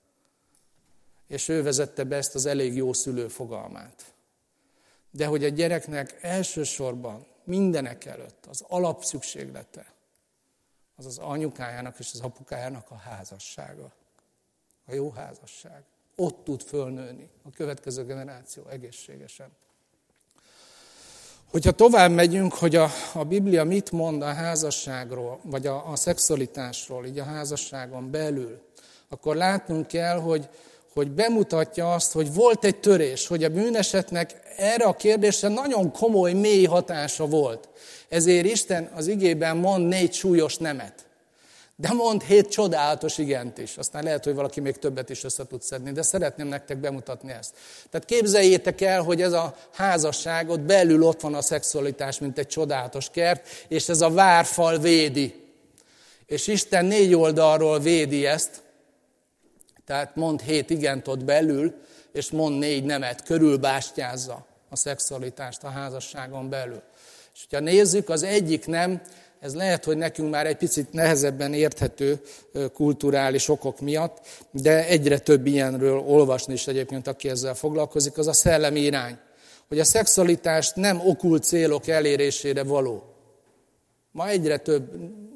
És ő vezette be ezt az elég jó szülő fogalmát. De hogy a gyereknek elsősorban mindenek előtt az alapszükséglete, az az anyukájának és az apukájának a házassága. A jó házasság. Ott tud fölnőni a következő generáció egészségesen. Hogyha tovább megyünk, hogy a, a Biblia mit mond a házasságról, vagy a, a szexualitásról, így a házasságon belül, akkor látnunk kell, hogy, hogy bemutatja azt, hogy volt egy törés, hogy a bűnesetnek erre a kérdésre nagyon komoly, mély hatása volt. Ezért Isten az igében mond négy súlyos nemet. De mond hét csodálatos igent is. Aztán lehet, hogy valaki még többet is össze tud szedni, de szeretném nektek bemutatni ezt. Tehát képzeljétek el, hogy ez a házasság, ott belül ott van a szexualitás, mint egy csodálatos kert, és ez a várfal védi. És Isten négy oldalról védi ezt, tehát mond hét igent ott belül, és mond négy nemet, körülbástyázza a szexualitást a házasságon belül. És ha nézzük, az egyik nem, ez lehet, hogy nekünk már egy picit nehezebben érthető kulturális okok miatt, de egyre több ilyenről olvasni is egyébként, aki ezzel foglalkozik, az a szellemi irány. Hogy a szexualitást nem okult célok elérésére való. Ma egyre több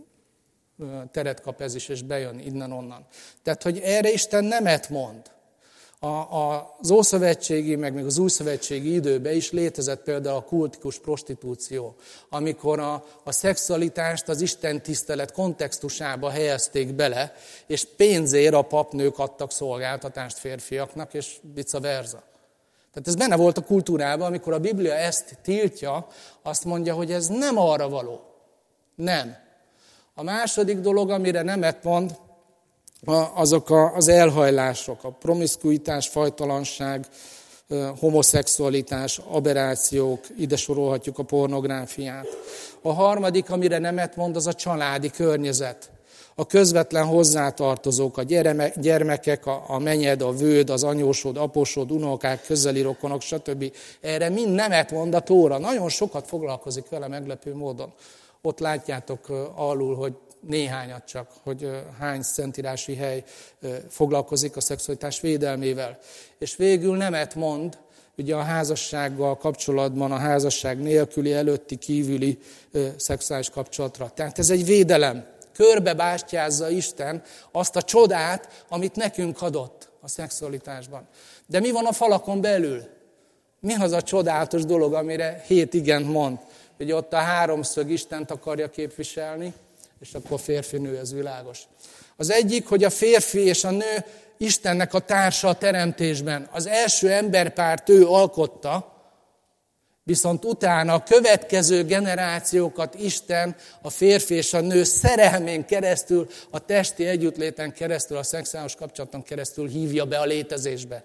teret kap ez is, és bejön innen-onnan. Tehát, hogy erre Isten nemet mond. A, a, az ószövetségi, meg még az újszövetségi időben is létezett például a kultikus prostitúció, amikor a, a szexualitást az Isten tisztelet kontextusába helyezték bele, és pénzért a papnők adtak szolgáltatást férfiaknak, és vice versa. Tehát ez benne volt a kultúrában, amikor a Biblia ezt tiltja, azt mondja, hogy ez nem arra való. Nem. A második dolog, amire nemet mond, azok az elhajlások, a promiszkuitás, fajtalanság, homoszexualitás, aberrációk, ide sorolhatjuk a pornográfiát. A harmadik, amire nemet mond, az a családi környezet. A közvetlen hozzátartozók, a gyermekek, a menyed, a vőd, az anyósod, aposod, unokák, közeli rokonok, stb. Erre mind nemet mond a Tóra. Nagyon sokat foglalkozik vele meglepő módon. Ott látjátok alul, hogy néhányat csak, hogy hány szentírási hely foglalkozik a szexualitás védelmével. És végül nemet mond, ugye a házassággal kapcsolatban, a házasság nélküli, előtti, kívüli szexuális kapcsolatra. Tehát ez egy védelem. Körbebástyázza Isten azt a csodát, amit nekünk adott a szexualitásban. De mi van a falakon belül? Mi az a csodálatos dolog, amire hét igent mond? Ugye ott a háromszög Istent akarja képviselni, és akkor férfi-nő, ez világos. Az egyik, hogy a férfi és a nő Istennek a társa a teremtésben. Az első emberpárt ő alkotta, viszont utána a következő generációkat Isten, a férfi és a nő szerelmén keresztül, a testi együttléten keresztül, a szexuális kapcsolaton keresztül hívja be a létezésbe.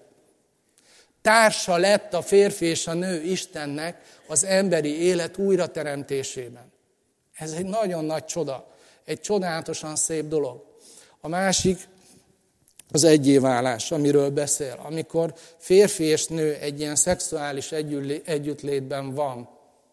Társa lett a férfi és a nő Istennek az emberi élet újrateremtésében. Ez egy nagyon nagy csoda, egy csodálatosan szép dolog. A másik az egyéválás, amiről beszél. Amikor férfi és nő egy ilyen szexuális együttlétben van,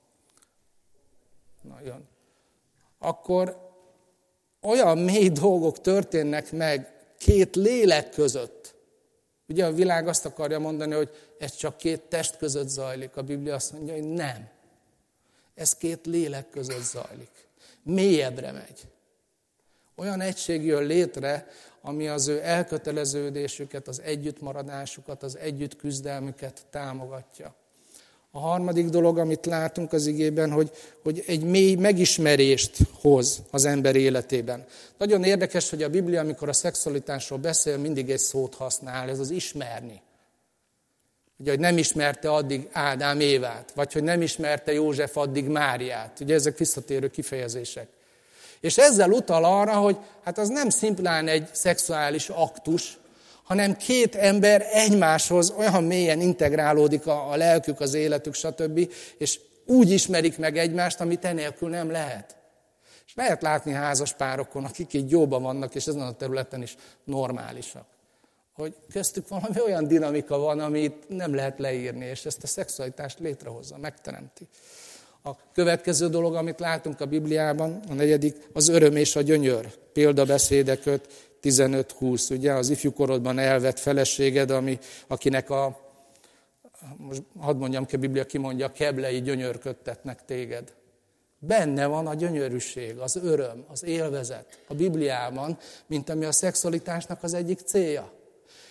nagyon, akkor olyan mély dolgok történnek meg két lélek között. Ugye a világ azt akarja mondani, hogy ez csak két test között zajlik. A Biblia azt mondja, hogy nem. Ez két lélek között zajlik. Mélyebbre megy. Olyan egység jön létre, ami az ő elköteleződésüket, az együttmaradásukat, az együttküzdelmüket támogatja. A harmadik dolog, amit látunk az igében, hogy, hogy egy mély megismerést hoz az ember életében. Nagyon érdekes, hogy a Biblia, amikor a szexualitásról beszél, mindig egy szót használ, ez az ismerni. Ugye, hogy nem ismerte addig Ádám Évát, vagy hogy nem ismerte József addig Máriát. Ugye ezek visszatérő kifejezések. És ezzel utal arra, hogy hát az nem szimplán egy szexuális aktus, hanem két ember egymáshoz olyan mélyen integrálódik a, a lelkük, az életük, stb. És úgy ismerik meg egymást, amit enélkül nem lehet. És lehet látni házas párokon, akik így jóban vannak, és ezen a területen is normálisak. Hogy köztük valami olyan dinamika van, amit nem lehet leírni, és ezt a szexualitást létrehozza, megteremti. A következő dolog, amit látunk a Bibliában, a negyedik, az öröm és a gyönyör. Példabeszédek öt tizenöt húsz, ugye az ifjúkorodban elvett feleséged, ami, akinek a, most hadd mondjam ki, a Biblia kimondja, keblei gyönyörködtetnek téged. Benne van a gyönyörűség, az öröm, az élvezet a Bibliában, mint ami a szexualitásnak az egyik célja.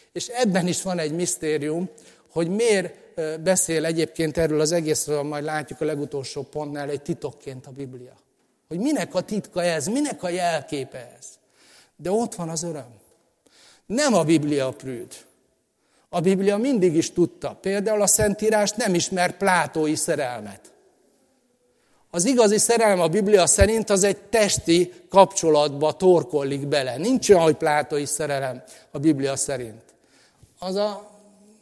És ebben is van egy misztérium, hogy miért beszél egyébként erről az egészről, majd látjuk a legutolsó pontnál, egy titokként a Biblia. Hogy minek a titka ez, minek a jelképe ez. De ott van az öröm. Nem a Biblia prűd. A Biblia mindig is tudta. Például a Szentírás nem ismer plátói szerelmet. Az igazi szerelem a Biblia szerint az egy testi kapcsolatba torkollik bele. Nincs olyan, hogy plátói szerelem a Biblia szerint. Az, a,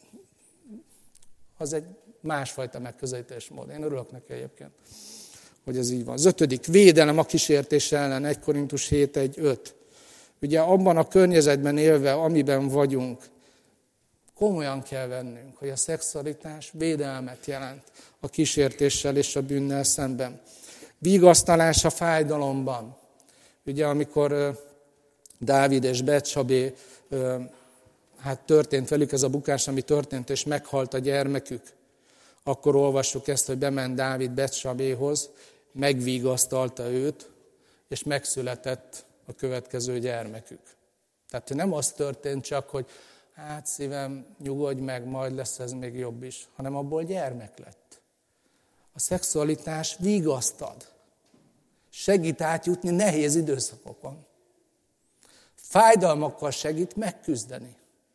az egy másfajta megközelítésmód. Én örülök neki egyébként, hogy ez így van. Az ötödik, védelem a kísértés ellen, egy Korintus hét egy öt. Ugye abban a környezetben élve, amiben vagyunk, komolyan kell vennünk, hogy a szexualitás védelmet jelent a kísértéssel és a bűnnel szemben. Vigasztalás a fájdalomban. Ugye amikor Dávid és Betsabé, hát történt velük ez a bukás, ami történt, és meghalt a gyermekük, akkor olvassuk ezt, hogy bement Dávid Betsabéhoz, megvigasztalta őt, és megszületett a következő gyermekük. Tehát nem az történt csak, hogy hát szívem, nyugodj meg, majd lesz ez még jobb is, hanem abból gyermek lett. A szexualitás vigasztad. Segít átjutni nehéz időszakokon. Fájdalmakkal segít megküzdeni.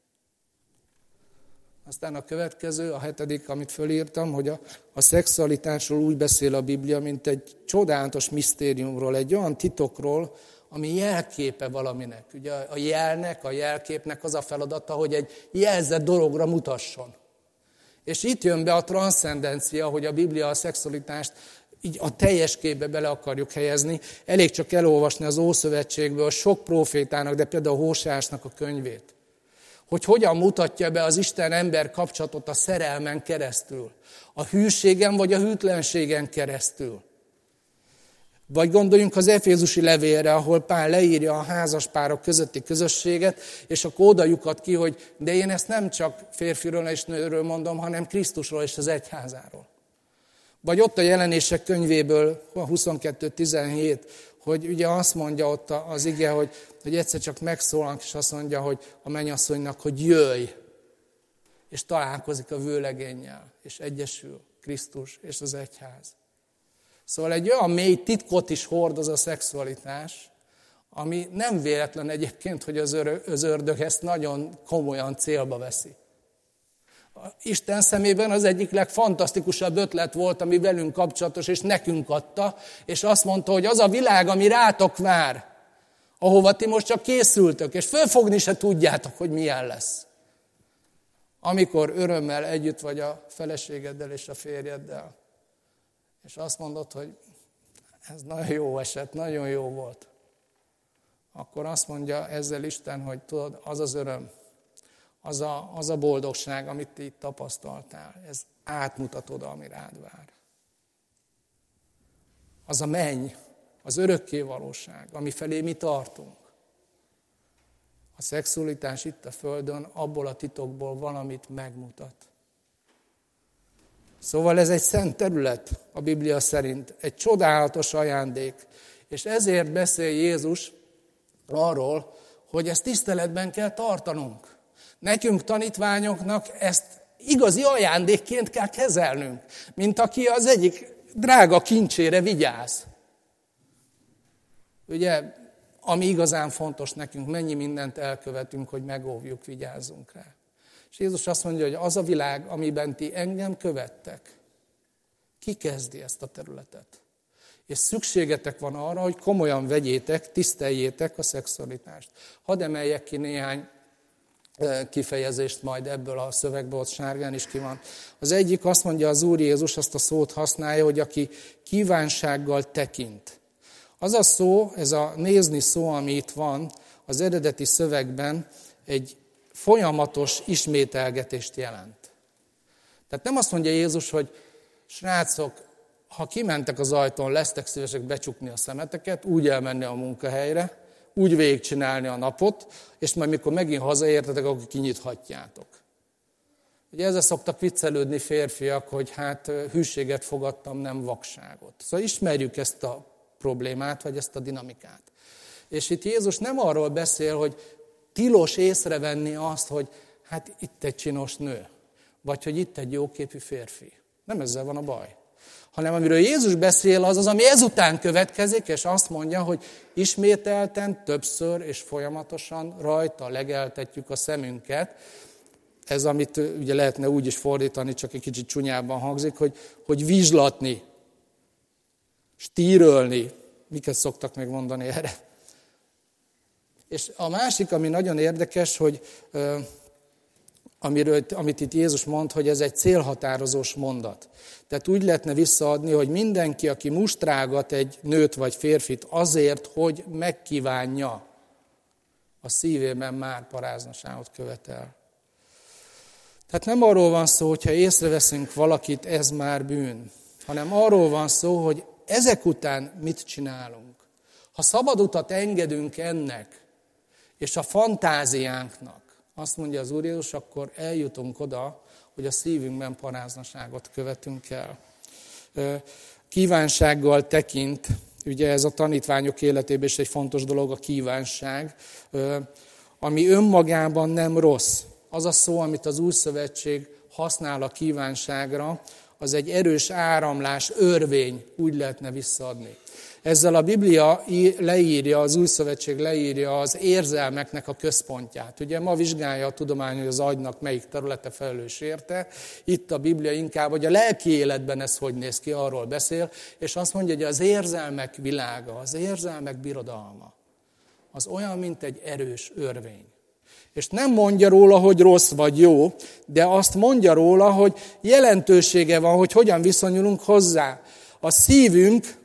Aztán a következő, a hetedik, amit fölírtam, hogy a, a szexualitásról úgy beszél a Biblia, mint egy csodálatos misztériumról, egy olyan titokról, ami jelképe valaminek. Ugye a jelnek, a jelképnek az a feladata, hogy egy jelzett dologra mutasson. És itt jön be a transzcendencia, hogy a Biblia a szexualitást így a teljes képbe bele akarjuk helyezni. Elég csak elolvasni az Ószövetségből sok prófétának, de például Hóseásnak a könyvét. Hogy hogyan mutatja be az Isten-ember kapcsolatot a szerelmen keresztül. A hűségen vagy a hűtlenségen keresztül. Vagy gondoljunk az Efézusi levélre, ahol Pál leírja a házaspárok közötti közösséget, és akkor oda lyukad ki, hogy de én ezt nem csak férfiről és nőről mondom, hanem Krisztusról és az egyházáról. Vagy ott a Jelenések könyvéből, a huszonkettő tizenhét, hogy ugye azt mondja ott az ige, hogy, hogy egyszer csak megszólalnak, és azt mondja, hogy a mennyasszonynak, hogy jöjj, és találkozik a vőlegénnyel, és egyesül Krisztus és az egyház. Szóval egy olyan mély titkot is hordoz a szexualitás, ami nem véletlen egyébként, hogy az ördög ezt nagyon komolyan célba veszi. Isten szemében az egyik legfantasztikusabb ötlet volt, ami velünk kapcsolatos, és nekünk adta, és azt mondta, hogy az a világ, ami rátok vár, ahova ti most csak készültök, és fölfogni se tudjátok, hogy milyen lesz. Amikor örömmel együtt vagy a feleségeddel és a férjeddel, és azt mondod, hogy ez nagyon jó esett, nagyon jó volt, akkor azt mondja ezzel Isten, hogy tudod, az az öröm, az a, az a boldogság, amit ti itt tapasztaltál, ez átmutat oda, ami rád vár. Az a menny, az örökké valóság, ami felé mi tartunk. A szexualitás itt a földön abból a titokból valamit megmutat. Szóval ez egy szent terület a Biblia szerint, egy csodálatos ajándék. És ezért beszél Jézus arról, hogy ezt tiszteletben kell tartanunk. Nekünk tanítványoknak ezt igazi ajándékként kell kezelnünk, mint aki az egyik drága kincsére vigyáz. Ugye, ami igazán fontos nekünk, mennyi mindent elkövetünk, hogy megóvjuk, vigyázzunk rá. És Jézus azt mondja, hogy az a világ, amiben ti engem követtek, ki kezdi ezt a területet. És szükségetek van arra, hogy komolyan vegyétek, tiszteljétek a szexualitást. Hadd emeljek ki néhány kifejezést majd ebből a szövegből, ott sárgán is ki van. Az egyik azt mondja, az Úr Jézus azt a szót használja, hogy aki kívánsággal tekint. Az a szó, ez a nézni szó, ami itt van, az eredeti szövegben egy folyamatos ismételgetést jelent. Tehát nem azt mondja Jézus, hogy srácok, ha kimentek az ajtón, lesztek szívesek becsukni a szemeteket, úgy elmenni a munkahelyre, úgy végigcsinálni a napot, és majd mikor megint hazaértetek, akkor kinyithatjátok. Ugye ezzel szoktak viccelődni férfiak, hogy hát hűséget fogadtam, nem vakságot. Szóval ismerjük ezt a problémát, vagy ezt a dinamikát. És itt Jézus nem arról beszél, hogy tilos észrevenni azt, hogy hát itt egy csinos nő, vagy hogy itt egy jóképű férfi. Nem ezzel van a baj. Hanem amiről Jézus beszél, az az, ami ezután következik, és azt mondja, hogy ismételten, többször és folyamatosan rajta legeltetjük a szemünket. Ez, amit ugye lehetne úgy is fordítani, csak egy kicsit csúnyában hangzik, hogy, hogy vizslatni, stírölni. Miket szoktak még mondani erre? És a másik, ami nagyon érdekes, hogy amiről, amit itt Jézus mond, hogy ez egy célhatározós mondat. Tehát úgy lehetne visszaadni, hogy mindenki, aki mustrágat egy nőt vagy férfit azért, hogy megkívánja, a szívében már paráznaságot követel. Tehát nem arról van szó, hogyha észreveszünk valakit, ez már bűn, hanem arról van szó, hogy ezek után mit csinálunk. Ha szabad utat engedünk ennek, és a fantáziánknak, azt mondja az Úr Jézus, akkor eljutunk oda, hogy a szívünkben paráznaságot követünk el. Kívánsággal tekint, ugye ez a tanítványok életében is egy fontos dolog a kívánság, ami önmagában nem rossz. Az a szó, amit az Új Szövetség használ a kívánságra, az egy erős áramlás, örvény, úgy lehetne visszaadni. Ezzel a Biblia leírja, az Új Szövetség leírja az érzelmeknek a központját. Ugye ma vizsgálja a tudomány, hogy az agynak melyik területe felelős érte. Itt a Biblia inkább, hogy a lelki életben ez hogy néz ki, arról beszél, és azt mondja, hogy az érzelmek világa, az érzelmek birodalma, az olyan, mint egy erős örvény. És nem mondja róla, hogy rossz vagy jó, de azt mondja róla, hogy jelentősége van, hogy hogyan viszonyulunk hozzá. A szívünk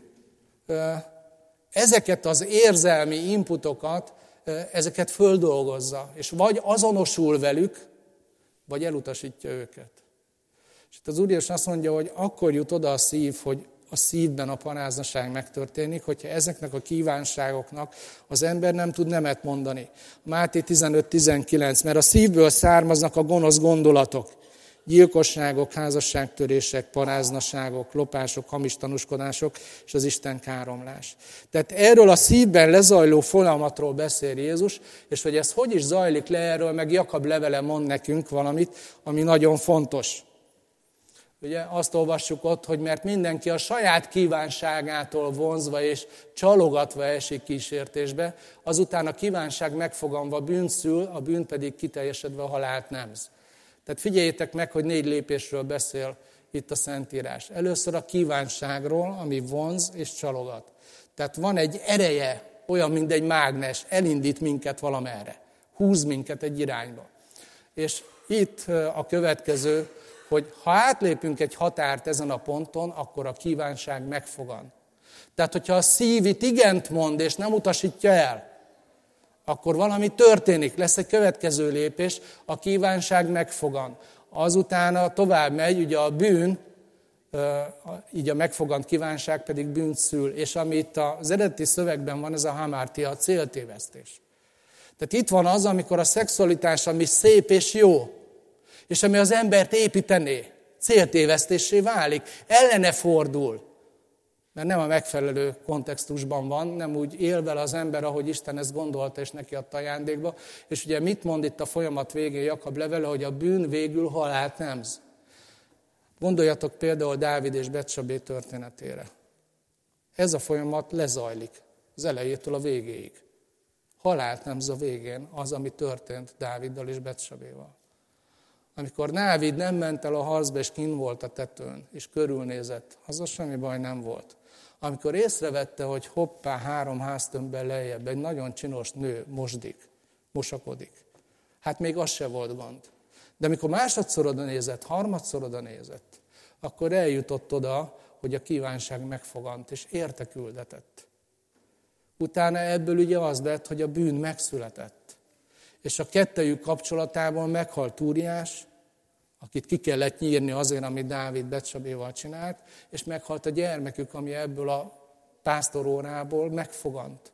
ezeket az érzelmi inputokat, ezeket földolgozza, és vagy azonosul velük, vagy elutasítja őket. És itt az Úr Jézus azt mondja, hogy akkor jut oda a szív, hogy a szívben a paráznaság megtörténik, hogyha ezeknek a kívánságoknak az ember nem tud nemet mondani. Máté tizenöt tizenkilenc, mert a szívből származnak a gonosz gondolatok, gyilkosságok, házasságtörések, paráznaságok, lopások, hamis tanúskodások és az Isten káromlás. Tehát erről a szívben lezajló folyamatról beszél Jézus, és hogy ez hogy is zajlik le, erről meg Jakab levele mond nekünk valamit, ami nagyon fontos. Ugye azt olvassuk ott, hogy mert mindenki a saját kívánságától vonzva és csalogatva esik kísértésbe, azután a kívánság megfoganva bűnt szül, a bűn pedig kiteljesedve a halált nemz. Tehát figyeljétek meg, hogy négy lépésről beszél itt a Szentírás. Először a kívánságról, ami vonz és csalogat. Tehát van egy ereje, olyan, mint egy mágnes, elindít minket valamerre, húz minket egy irányba. És itt a következő, hogy ha átlépünk egy határt ezen a ponton, akkor a kívánság megfogan. Tehát, hogyha a szív itt igent mond, és nem utasítja el, akkor valami történik, lesz egy következő lépés, a kívánság megfogan. Azután tovább megy, ugye a bűn, így a megfogant kívánság pedig bűnt szül. És ami itt az eredeti szövegben van, ez a hamártia, a céltévesztés. Tehát itt van az, amikor a szexualitás, ami szép és jó, és ami az embert építené, céltévesztésé válik, ellene fordul. Mert nem a megfelelő kontextusban van, nem úgy él vele az ember, ahogy Isten ezt gondolta, és neki adta ajándékba. És ugye mit mond itt a folyamat végén Jakab levele, hogy a bűn végül halált nemz. Gondoljatok például Dávid és Betsabé történetére. Ez a folyamat lezajlik, az elejétől a végéig. Halált nemz a végén az, ami történt Dáviddal és Betsabéval. Amikor Dávid nem ment el a harcba, és kint volt a tetőn, és körülnézett, azzal semmi baj nem volt. Amikor észrevette, hogy hoppá, három háztömbben lejjebb egy nagyon csinos nő mosdik, mosakodik, hát még az se volt gond. De amikor másodszor oda nézett, harmadszor oda nézett, akkor eljutott oda, hogy a kívánság megfogant, és érte küldetett. Utána ebből ugye az lett, hogy a bűn megszületett. És a kettejük kapcsolatában meghalt Úriás, akit ki kellett nyírni azért, amit Dávid Betsabéval csinált, és meghalt a gyermekük, ami ebből a pásztorórából megfogant.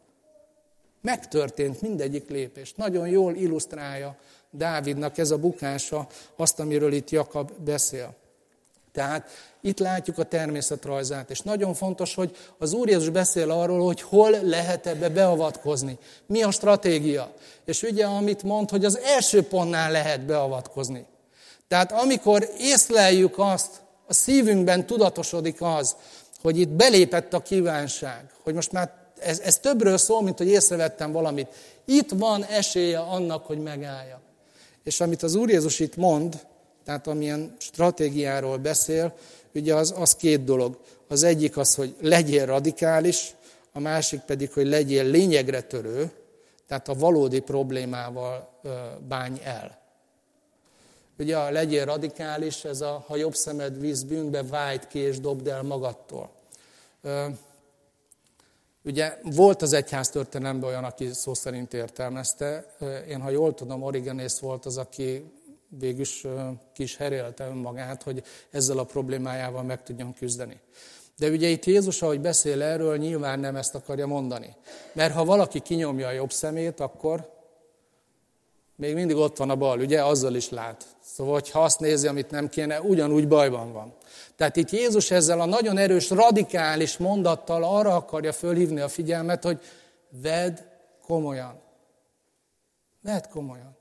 Megtörtént mindegyik lépés. Nagyon jól illusztrálja Dávidnak ez a bukása azt, amiről itt Jakab beszél. Tehát itt látjuk a természetrajzát, és nagyon fontos, hogy az Úr Jézus beszél arról, hogy hol lehet ebbe beavatkozni. Mi a stratégia? És ugye, amit mond, hogy az első pontnál lehet beavatkozni. Tehát amikor észleljük azt, a szívünkben tudatosodik az, hogy itt belépett a kívánság, hogy most már ez, ez többről szól, mint hogy észrevettem valamit. Itt van esélye annak, hogy megállja. És amit az Úr Jézus itt mond, tehát amilyen stratégiáról beszél, ugye az, az két dolog. Az egyik az, hogy legyél radikális, a másik pedig, hogy legyél lényegre törő, tehát a valódi problémával bánj el. Ugye a legyél radikális, ez a ha jobb szemed visz bűnbe, vájd ki és dobd el magadtól. Ugye volt az egyháztörténelemben olyan, aki szó szerint értelmezte. Én, ha jól tudom, Origenész volt az, aki végülis ki is herélte önmagát, hogy ezzel a problémájával meg tudjon küzdeni. De ugye itt Jézus, ahogy beszél erről, nyilván nem ezt akarja mondani. Mert ha valaki kinyomja a jobb szemét, akkor még mindig ott van a bal, ugye, azzal is lát. Szóval, ha azt nézi, amit nem kéne, ugyanúgy bajban van. Tehát itt Jézus ezzel a nagyon erős, radikális mondattal arra akarja fölhívni a figyelmet, hogy vedd komolyan. Vedd komolyan.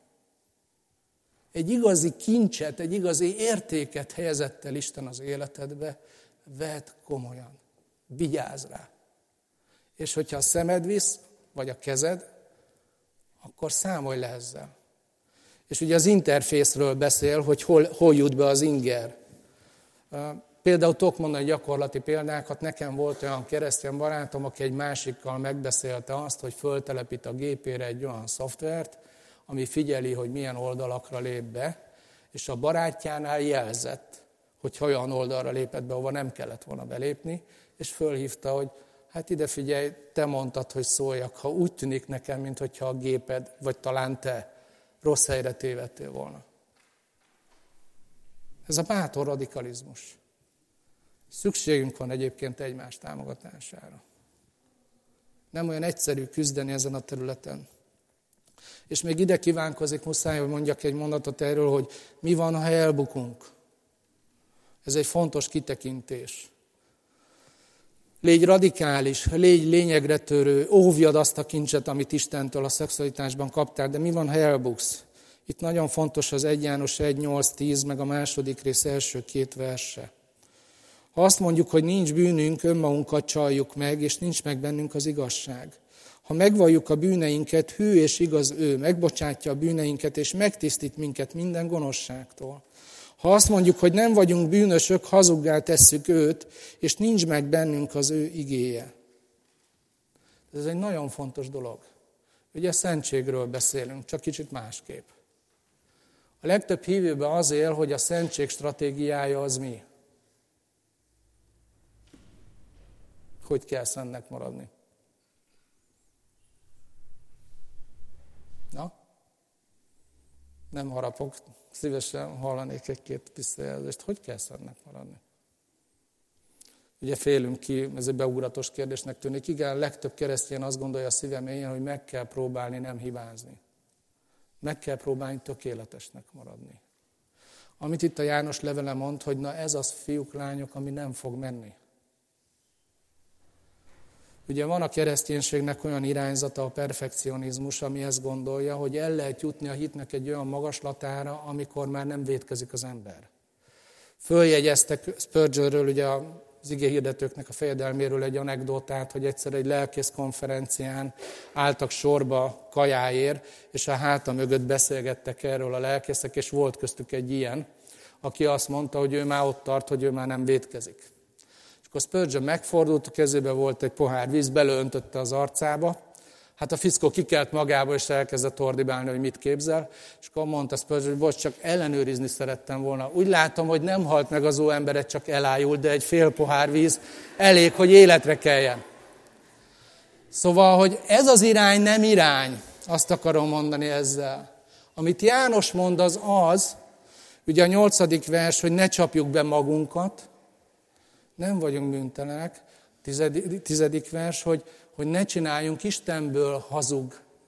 Egy igazi kincset, egy igazi értéket helyezett el Isten az életedbe, vedd komolyan. Vigyázz rá. És hogyha a szemed visz, vagy a kezed, akkor számolj le ezzel. És ugye az interfészről beszél, hogy hol, hol jut be az inger. Például tudok mondani gyakorlati példákat. Nekem volt olyan keresztény barátom, aki egy másikkal megbeszélte azt, hogy föltelepít a gépére egy olyan szoftvert, ami figyeli, hogy milyen oldalakra lép be, és a barátjánál jelzett, hogy olyan oldalra lépett be, ahova nem kellett volna belépni, és fölhívta, hogy hát ide figyelj, te mondtad, hogy szóljak, ha úgy tűnik nekem, mintha a géped, vagy talán te rossz helyre tévedtél volna. Ez a bátor radikalizmus. Szükségünk van egyébként egymás támogatására. Nem olyan egyszerű küzdeni ezen a területen. És még ide kívánkozik, muszáj, hogy mondjak egy mondatot erről, hogy mi van, ha elbukunk. Ez egy fontos kitekintés. Légy radikális, légy lényegre törő, óvjad azt a kincset, amit Istentől a szexualitásban kaptál, de mi van, ha elbuksz? Itt nagyon fontos az egy János egy nyolc tíz, meg a második rész első két verse. Ha azt mondjuk, hogy nincs bűnünk, önmagunkat csaljuk meg, és nincs meg bennünk az igazság. Ha megvalljuk a bűneinket, hű és igaz ő, megbocsátja a bűneinket, és megtisztít minket minden gonoszságtól. Ha azt mondjuk, hogy nem vagyunk bűnösök, hazuggá tesszük őt, és nincs meg bennünk az ő igéje. Ez egy nagyon fontos dolog. Ugye szentségről beszélünk, csak kicsit másképp. A legtöbb hívőben az él, hogy a szentség stratégiája az mi? Hogy kell szentnek maradni? Na? Nem harapok, szívesen hallanék egy-két visszajelzést. Hogy kell szentnek maradni? Ugye félünk ki, ez egy beugratos kérdésnek tűnik. Igen, a legtöbb keresztény azt gondolja a szíve mélyén, hogy meg kell próbálni nem hibázni. Meg kell próbálni tökéletesnek maradni. Amit itt a János levele mond, hogy na ez az, fiúk, lányok, ami nem fog menni. Ugye van a kereszténységnek olyan irányzata, a perfekcionizmus, ami ezt gondolja, hogy el lehet jutni a hitnek egy olyan magaslatára, amikor már nem vétkezik az ember. Följegyeztek Spurgeonről, ugye az igéhirdetőknek a fejedelméről egy anekdotát, hogy egyszer egy lelkész konferencián álltak sorba kajáért, és a háta mögött beszélgettek erről a lelkészek, és volt köztük egy ilyen, aki azt mondta, hogy ő már ott tart, hogy ő már nem vétkezik. Akkor Spurgeon megfordult, a kezébe volt egy pohár víz, beleöntötte az arcába. Hát a fickó kikelt magába, és elkezdett ordibálni, hogy mit képzel. És akkor mondta Spurgeon, hogy bocs, csak ellenőrizni szerettem volna. Úgy látom, hogy nem halt meg az ó emberet, csak elájult, de egy fél pohár víz elég, hogy életre keljen. Szóval, hogy ez az irány nem irány, azt akarom mondani ezzel. Amit János mond, az az, ugye a nyolcadik vers, hogy ne csapjuk be magunkat, nem vagyunk bűntelenek. Tizedik, tizedik vers, hogy, hogy ne csináljunk Istenből hazug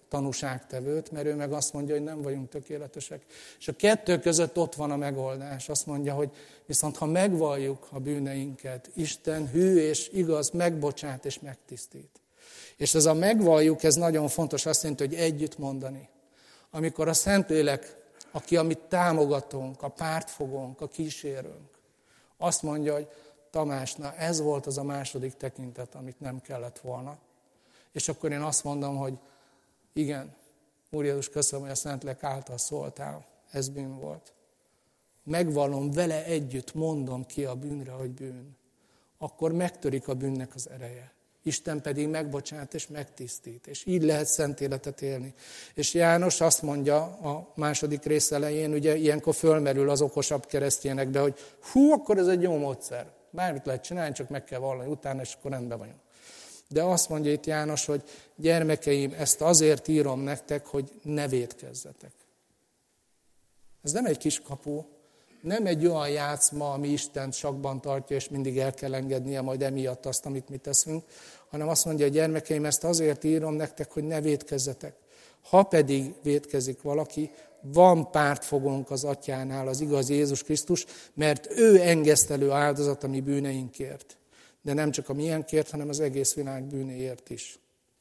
tanúságtevőt, mert ő meg azt mondja, hogy nem vagyunk tökéletesek. És a kettő között ott van a megoldás. Azt mondja, hogy viszont ha megvalljuk a bűneinket, Isten hű és igaz, megbocsát és megtisztít. És ez a megvalljuk, ez nagyon fontos, azt jelenti, hogy együtt mondani. Amikor a Szentlélek, aki amit támogatunk, a pártfogónk, a kísérőnk, azt mondja, hogy Tamás, na ez volt az a második tekintet, amit nem kellett volna. És akkor én azt mondom, hogy igen, Úr Jézus, köszönöm, hogy a Szentlélek által szóltál, ez bűn volt. Megvallom vele együtt, mondom ki a bűnre, hogy bűn. Akkor megtörik a bűnnek az ereje. Isten pedig megbocsát és megtisztít, és így lehet szent életet élni. És János azt mondja a második rész elején, ugye ilyenkor fölmerül az okosabb keresztényekbe, hogy hú, akkor ez egy jó módszer. Bármit lehet csinálni, csak meg kell vallani utána, és akkor rendben vagyunk. De azt mondja itt János, hogy gyermekeim, ezt azért írom nektek, hogy ne vétkezzetek. Ez nem egy kis kapu, nem egy olyan játszma, ami Istent sakban tartja, és mindig el kell engednie majd emiatt azt, amit mi teszünk, hanem azt mondja, gyermekeim, ezt azért írom nektek, hogy ne vétkezzetek. Ha pedig vétkezik valaki, van pártfogónk az Atyánál, az igaz Jézus Krisztus, mert ő engesztelő áldozat a mi bűneinkért. De nem csak a miénkért, hanem az egész világ bűnéért is.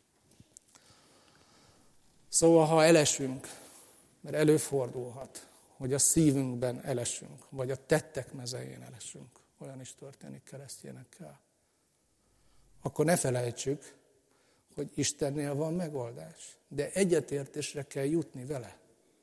Szóval, ha elesünk, mert előfordulhat, hogy a szívünkben elesünk, vagy a tettek mezején elesünk, olyan is történik keresztényekkel, akkor ne felejtsük, hogy Istennél van megoldás. De egyetértésre kell jutni vele.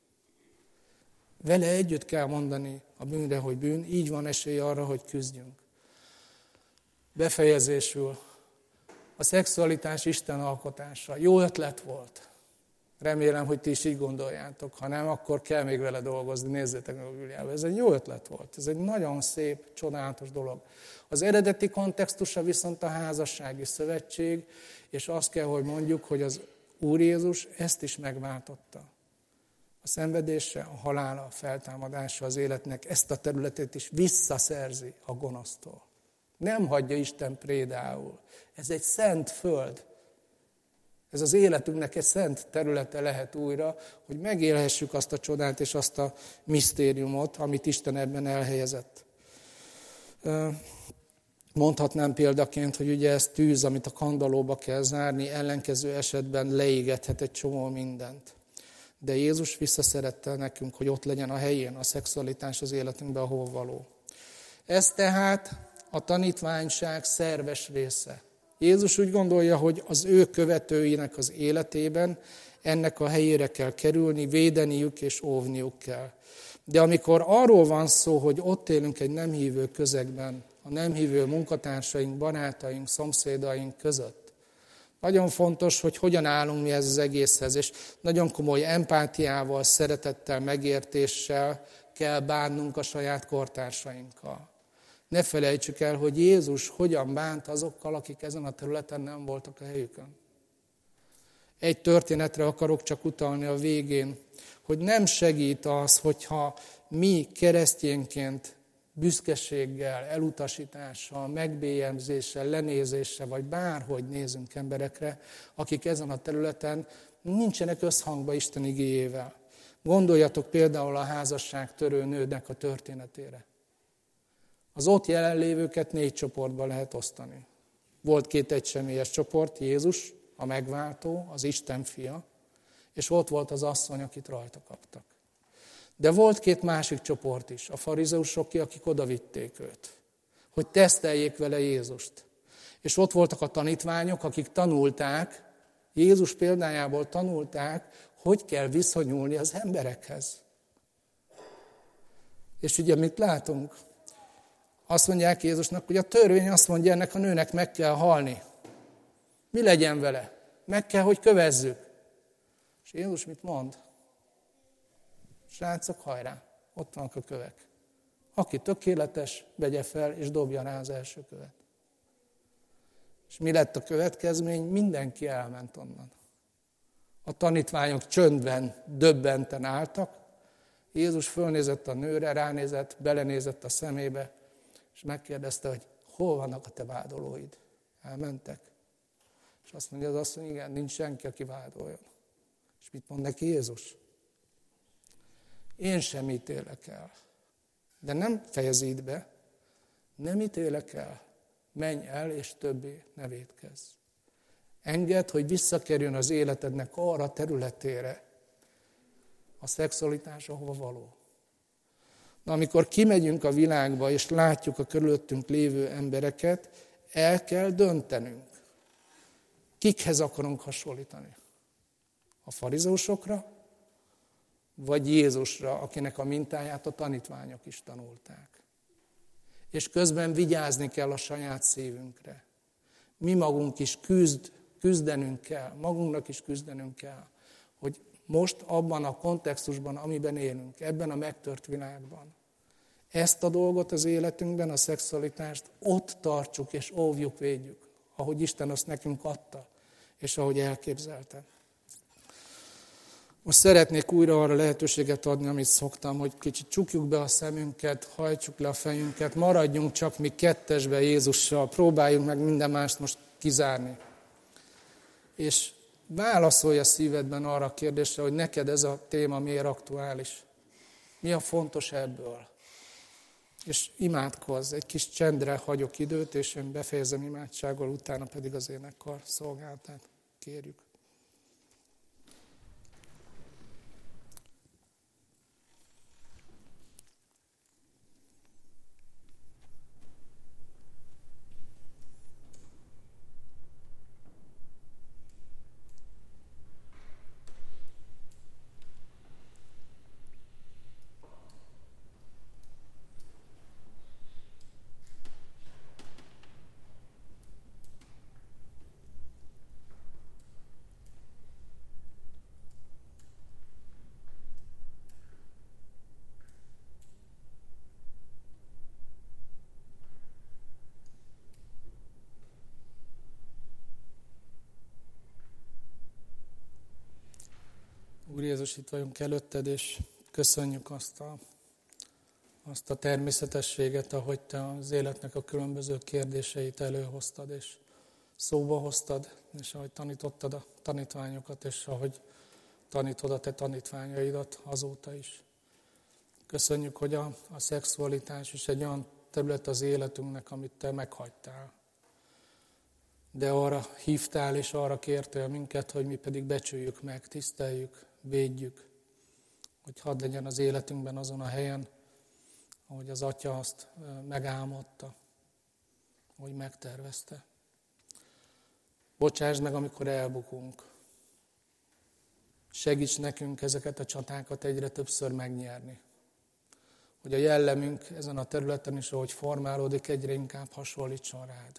Vele együtt kell mondani a bűnre, hogy bűn, így van esély arra, hogy küzdjünk. Befejezésül, a szexualitás Isten alkotása. Jó ötlet volt. Remélem, hogy ti is így gondoljátok. Ha nem, akkor kell még vele dolgozni. Nézzétek meg a Bibliába. Ez egy jó ötlet volt. Ez egy nagyon szép, csodálatos dolog. Az eredeti kontextusa viszont a házassági szövetség, és azt kell, hogy mondjuk, hogy az Úr Jézus ezt is megváltotta. A szenvedése, a halála, a feltámadása az életnek ezt a területét is visszaszerzi a gonosztól. Nem hagyja Isten prédául. Ez egy szent föld. Ez az életünknek egy szent területe lehet újra, hogy megélhessük azt a csodát és azt a misztériumot, amit Isten ebben elhelyezett. Mondhatnám példaként, hogy ugye ez tűz, amit a kandallóba kell zárni, ellenkező esetben leégethet egy csomó mindent. De Jézus visszaszerette nekünk, hogy ott legyen a helyén a szexualitás az életünkben, ahol való. Ez tehát a tanítványság szerves része. Jézus úgy gondolja, hogy az ő követőinek az életében ennek a helyére kell kerülni, védeniük és óvniuk kell. De amikor arról van szó, hogy ott élünk egy nem hívő közegben, a nem hívő munkatársaink, barátaink, szomszédaink között, nagyon fontos, hogy hogyan állunk mi ez az egészhez, és nagyon komoly empátiával, szeretettel, megértéssel kell bánnunk a saját kortársainkkal. Ne felejtsük el, hogy Jézus hogyan bánt azokkal, akik ezen a területen nem voltak a helyükön. Egy történetre akarok csak utalni a végén, hogy nem segít az, hogyha mi keresztényként büszkeséggel, elutasítással, megbélyegzéssel, lenézéssel, vagy bárhogy nézünk emberekre, akik ezen a területen nincsenek összhangba Isten igéjével. Gondoljatok például a házasságtörő nőnek a történetére. Az ott jelenlévőket négy csoportba lehet osztani. Volt két egyszemélyes csoport, Jézus, a megváltó, az Isten fia, és ott volt az asszony, akit rajta kaptak. De volt két másik csoport is, a farizeusok, akik odavitték őt, hogy teszteljék vele Jézust. És ott voltak a tanítványok, akik tanulták, Jézus példájából tanulták, hogy kell viszonyulni az emberekhez. És ugye mit látunk? Azt mondják Jézusnak, hogy a törvény azt mondja, ennek a nőnek meg kell halni. Mi legyen vele? Meg kell, hogy kövezzük. És Jézus mit mond? Srácok, hajrá, ott vannak a kövek. Aki tökéletes, vegye fel, és dobja rá az első követ. És mi lett a következmény? Mindenki elment onnan. A tanítványok csöndben, döbbenten álltak. Jézus fölnézett a nőre, ránézett, belenézett a szemébe, és megkérdezte, hogy hol vannak a te vádolóid? Elmentek. És azt mondja az asszony, igen, nincs senki, aki vádoljon. mit mond neki Jézus? Én sem ítélek el. De nem fejezi itt be. Nem ítélek el. Menj el, és többé ne vétkezz. Engedd, hogy visszakerüljön az életednek arra a területére, a szexualitás, ahova való. Na, amikor kimegyünk a világba, és látjuk a körülöttünk lévő embereket, el kell döntenünk. Kikhez akarunk hasonlítani? A farizeusokra, vagy Jézusra, akinek a mintáját a tanítványok is tanulták. És közben vigyázni kell a saját szívünkre. Mi magunk is küzd, küzdenünk kell, magunknak is küzdenünk kell, hogy most abban a kontextusban, amiben élünk, ebben a megtört világban, ezt a dolgot az életünkben, a szexualitást ott tartsuk és óvjuk, védjük, ahogy Isten azt nekünk adta, és ahogy elképzelte. Most szeretnék újra arra lehetőséget adni, amit szoktam, hogy kicsit csukjuk be a szemünket, hajtsuk le a fejünket, maradjunk csak mi kettesbe Jézussal, próbáljunk meg minden mást most kizárni. És válaszolj a szívedben arra a kérdésre, hogy neked ez a téma miért aktuális. Mi a fontos ebből? És imádkozz, egy kis csendre hagyok időt, és én befejezem imádsággal, utána pedig az énekkar szolgálatát kérjük. Úr Jézus, itt vagyunk előtted, és köszönjük azt a, azt a természetességet, ahogy te az életnek a különböző kérdéseit előhoztad, és szóba hoztad, és ahogy tanítottad a tanítványokat, és ahogy tanítod a te tanítványaidat azóta is. Köszönjük, hogy a, a szexualitás is egy olyan terület az életünknek, amit te meghagytál. De arra hívtál, és arra kértél minket, hogy mi pedig becsüljük meg, tiszteljük, védjük, hogy hadd legyen az életünkben azon a helyen, ahogy az Atya azt megálmodta, ahogy megtervezte. Bocsásd meg, amikor elbukunk. Segíts nekünk ezeket a csatákat egyre többször megnyerni. Hogy a jellemünk ezen a területen is, ahogy formálódik, egyre inkább hasonlítson rád.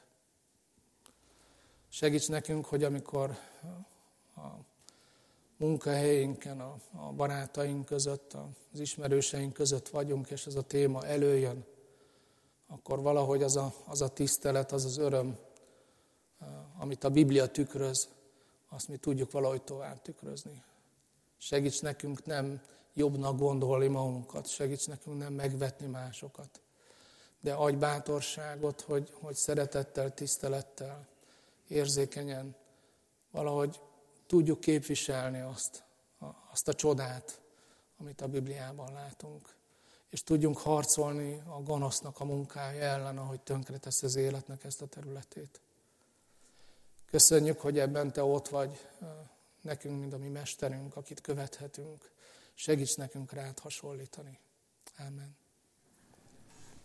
Segíts nekünk, hogy amikor a munkahelyénken, a, a barátaink között, az ismerőseink között vagyunk, és ez a téma előjön, akkor valahogy az a, az a tisztelet, az az öröm, amit a Biblia tükröz, azt mi tudjuk valahogy tovább tükrözni. Segíts nekünk nem jobbnak gondolni magunkat, segíts nekünk nem megvetni másokat, de adj bátorságot, hogy, hogy szeretettel, tisztelettel, érzékenyen valahogy tudjuk képviselni azt, azt a csodát, amit a Bibliában látunk. És tudjunk harcolni a gonosznak a munkája ellen, ahogy tönkretesz az életnek ezt a területét. Köszönjük, hogy ebben te ott vagy nekünk, mint a mi mesterünk, akit követhetünk. Segíts nekünk rád hasonlítani. Amen.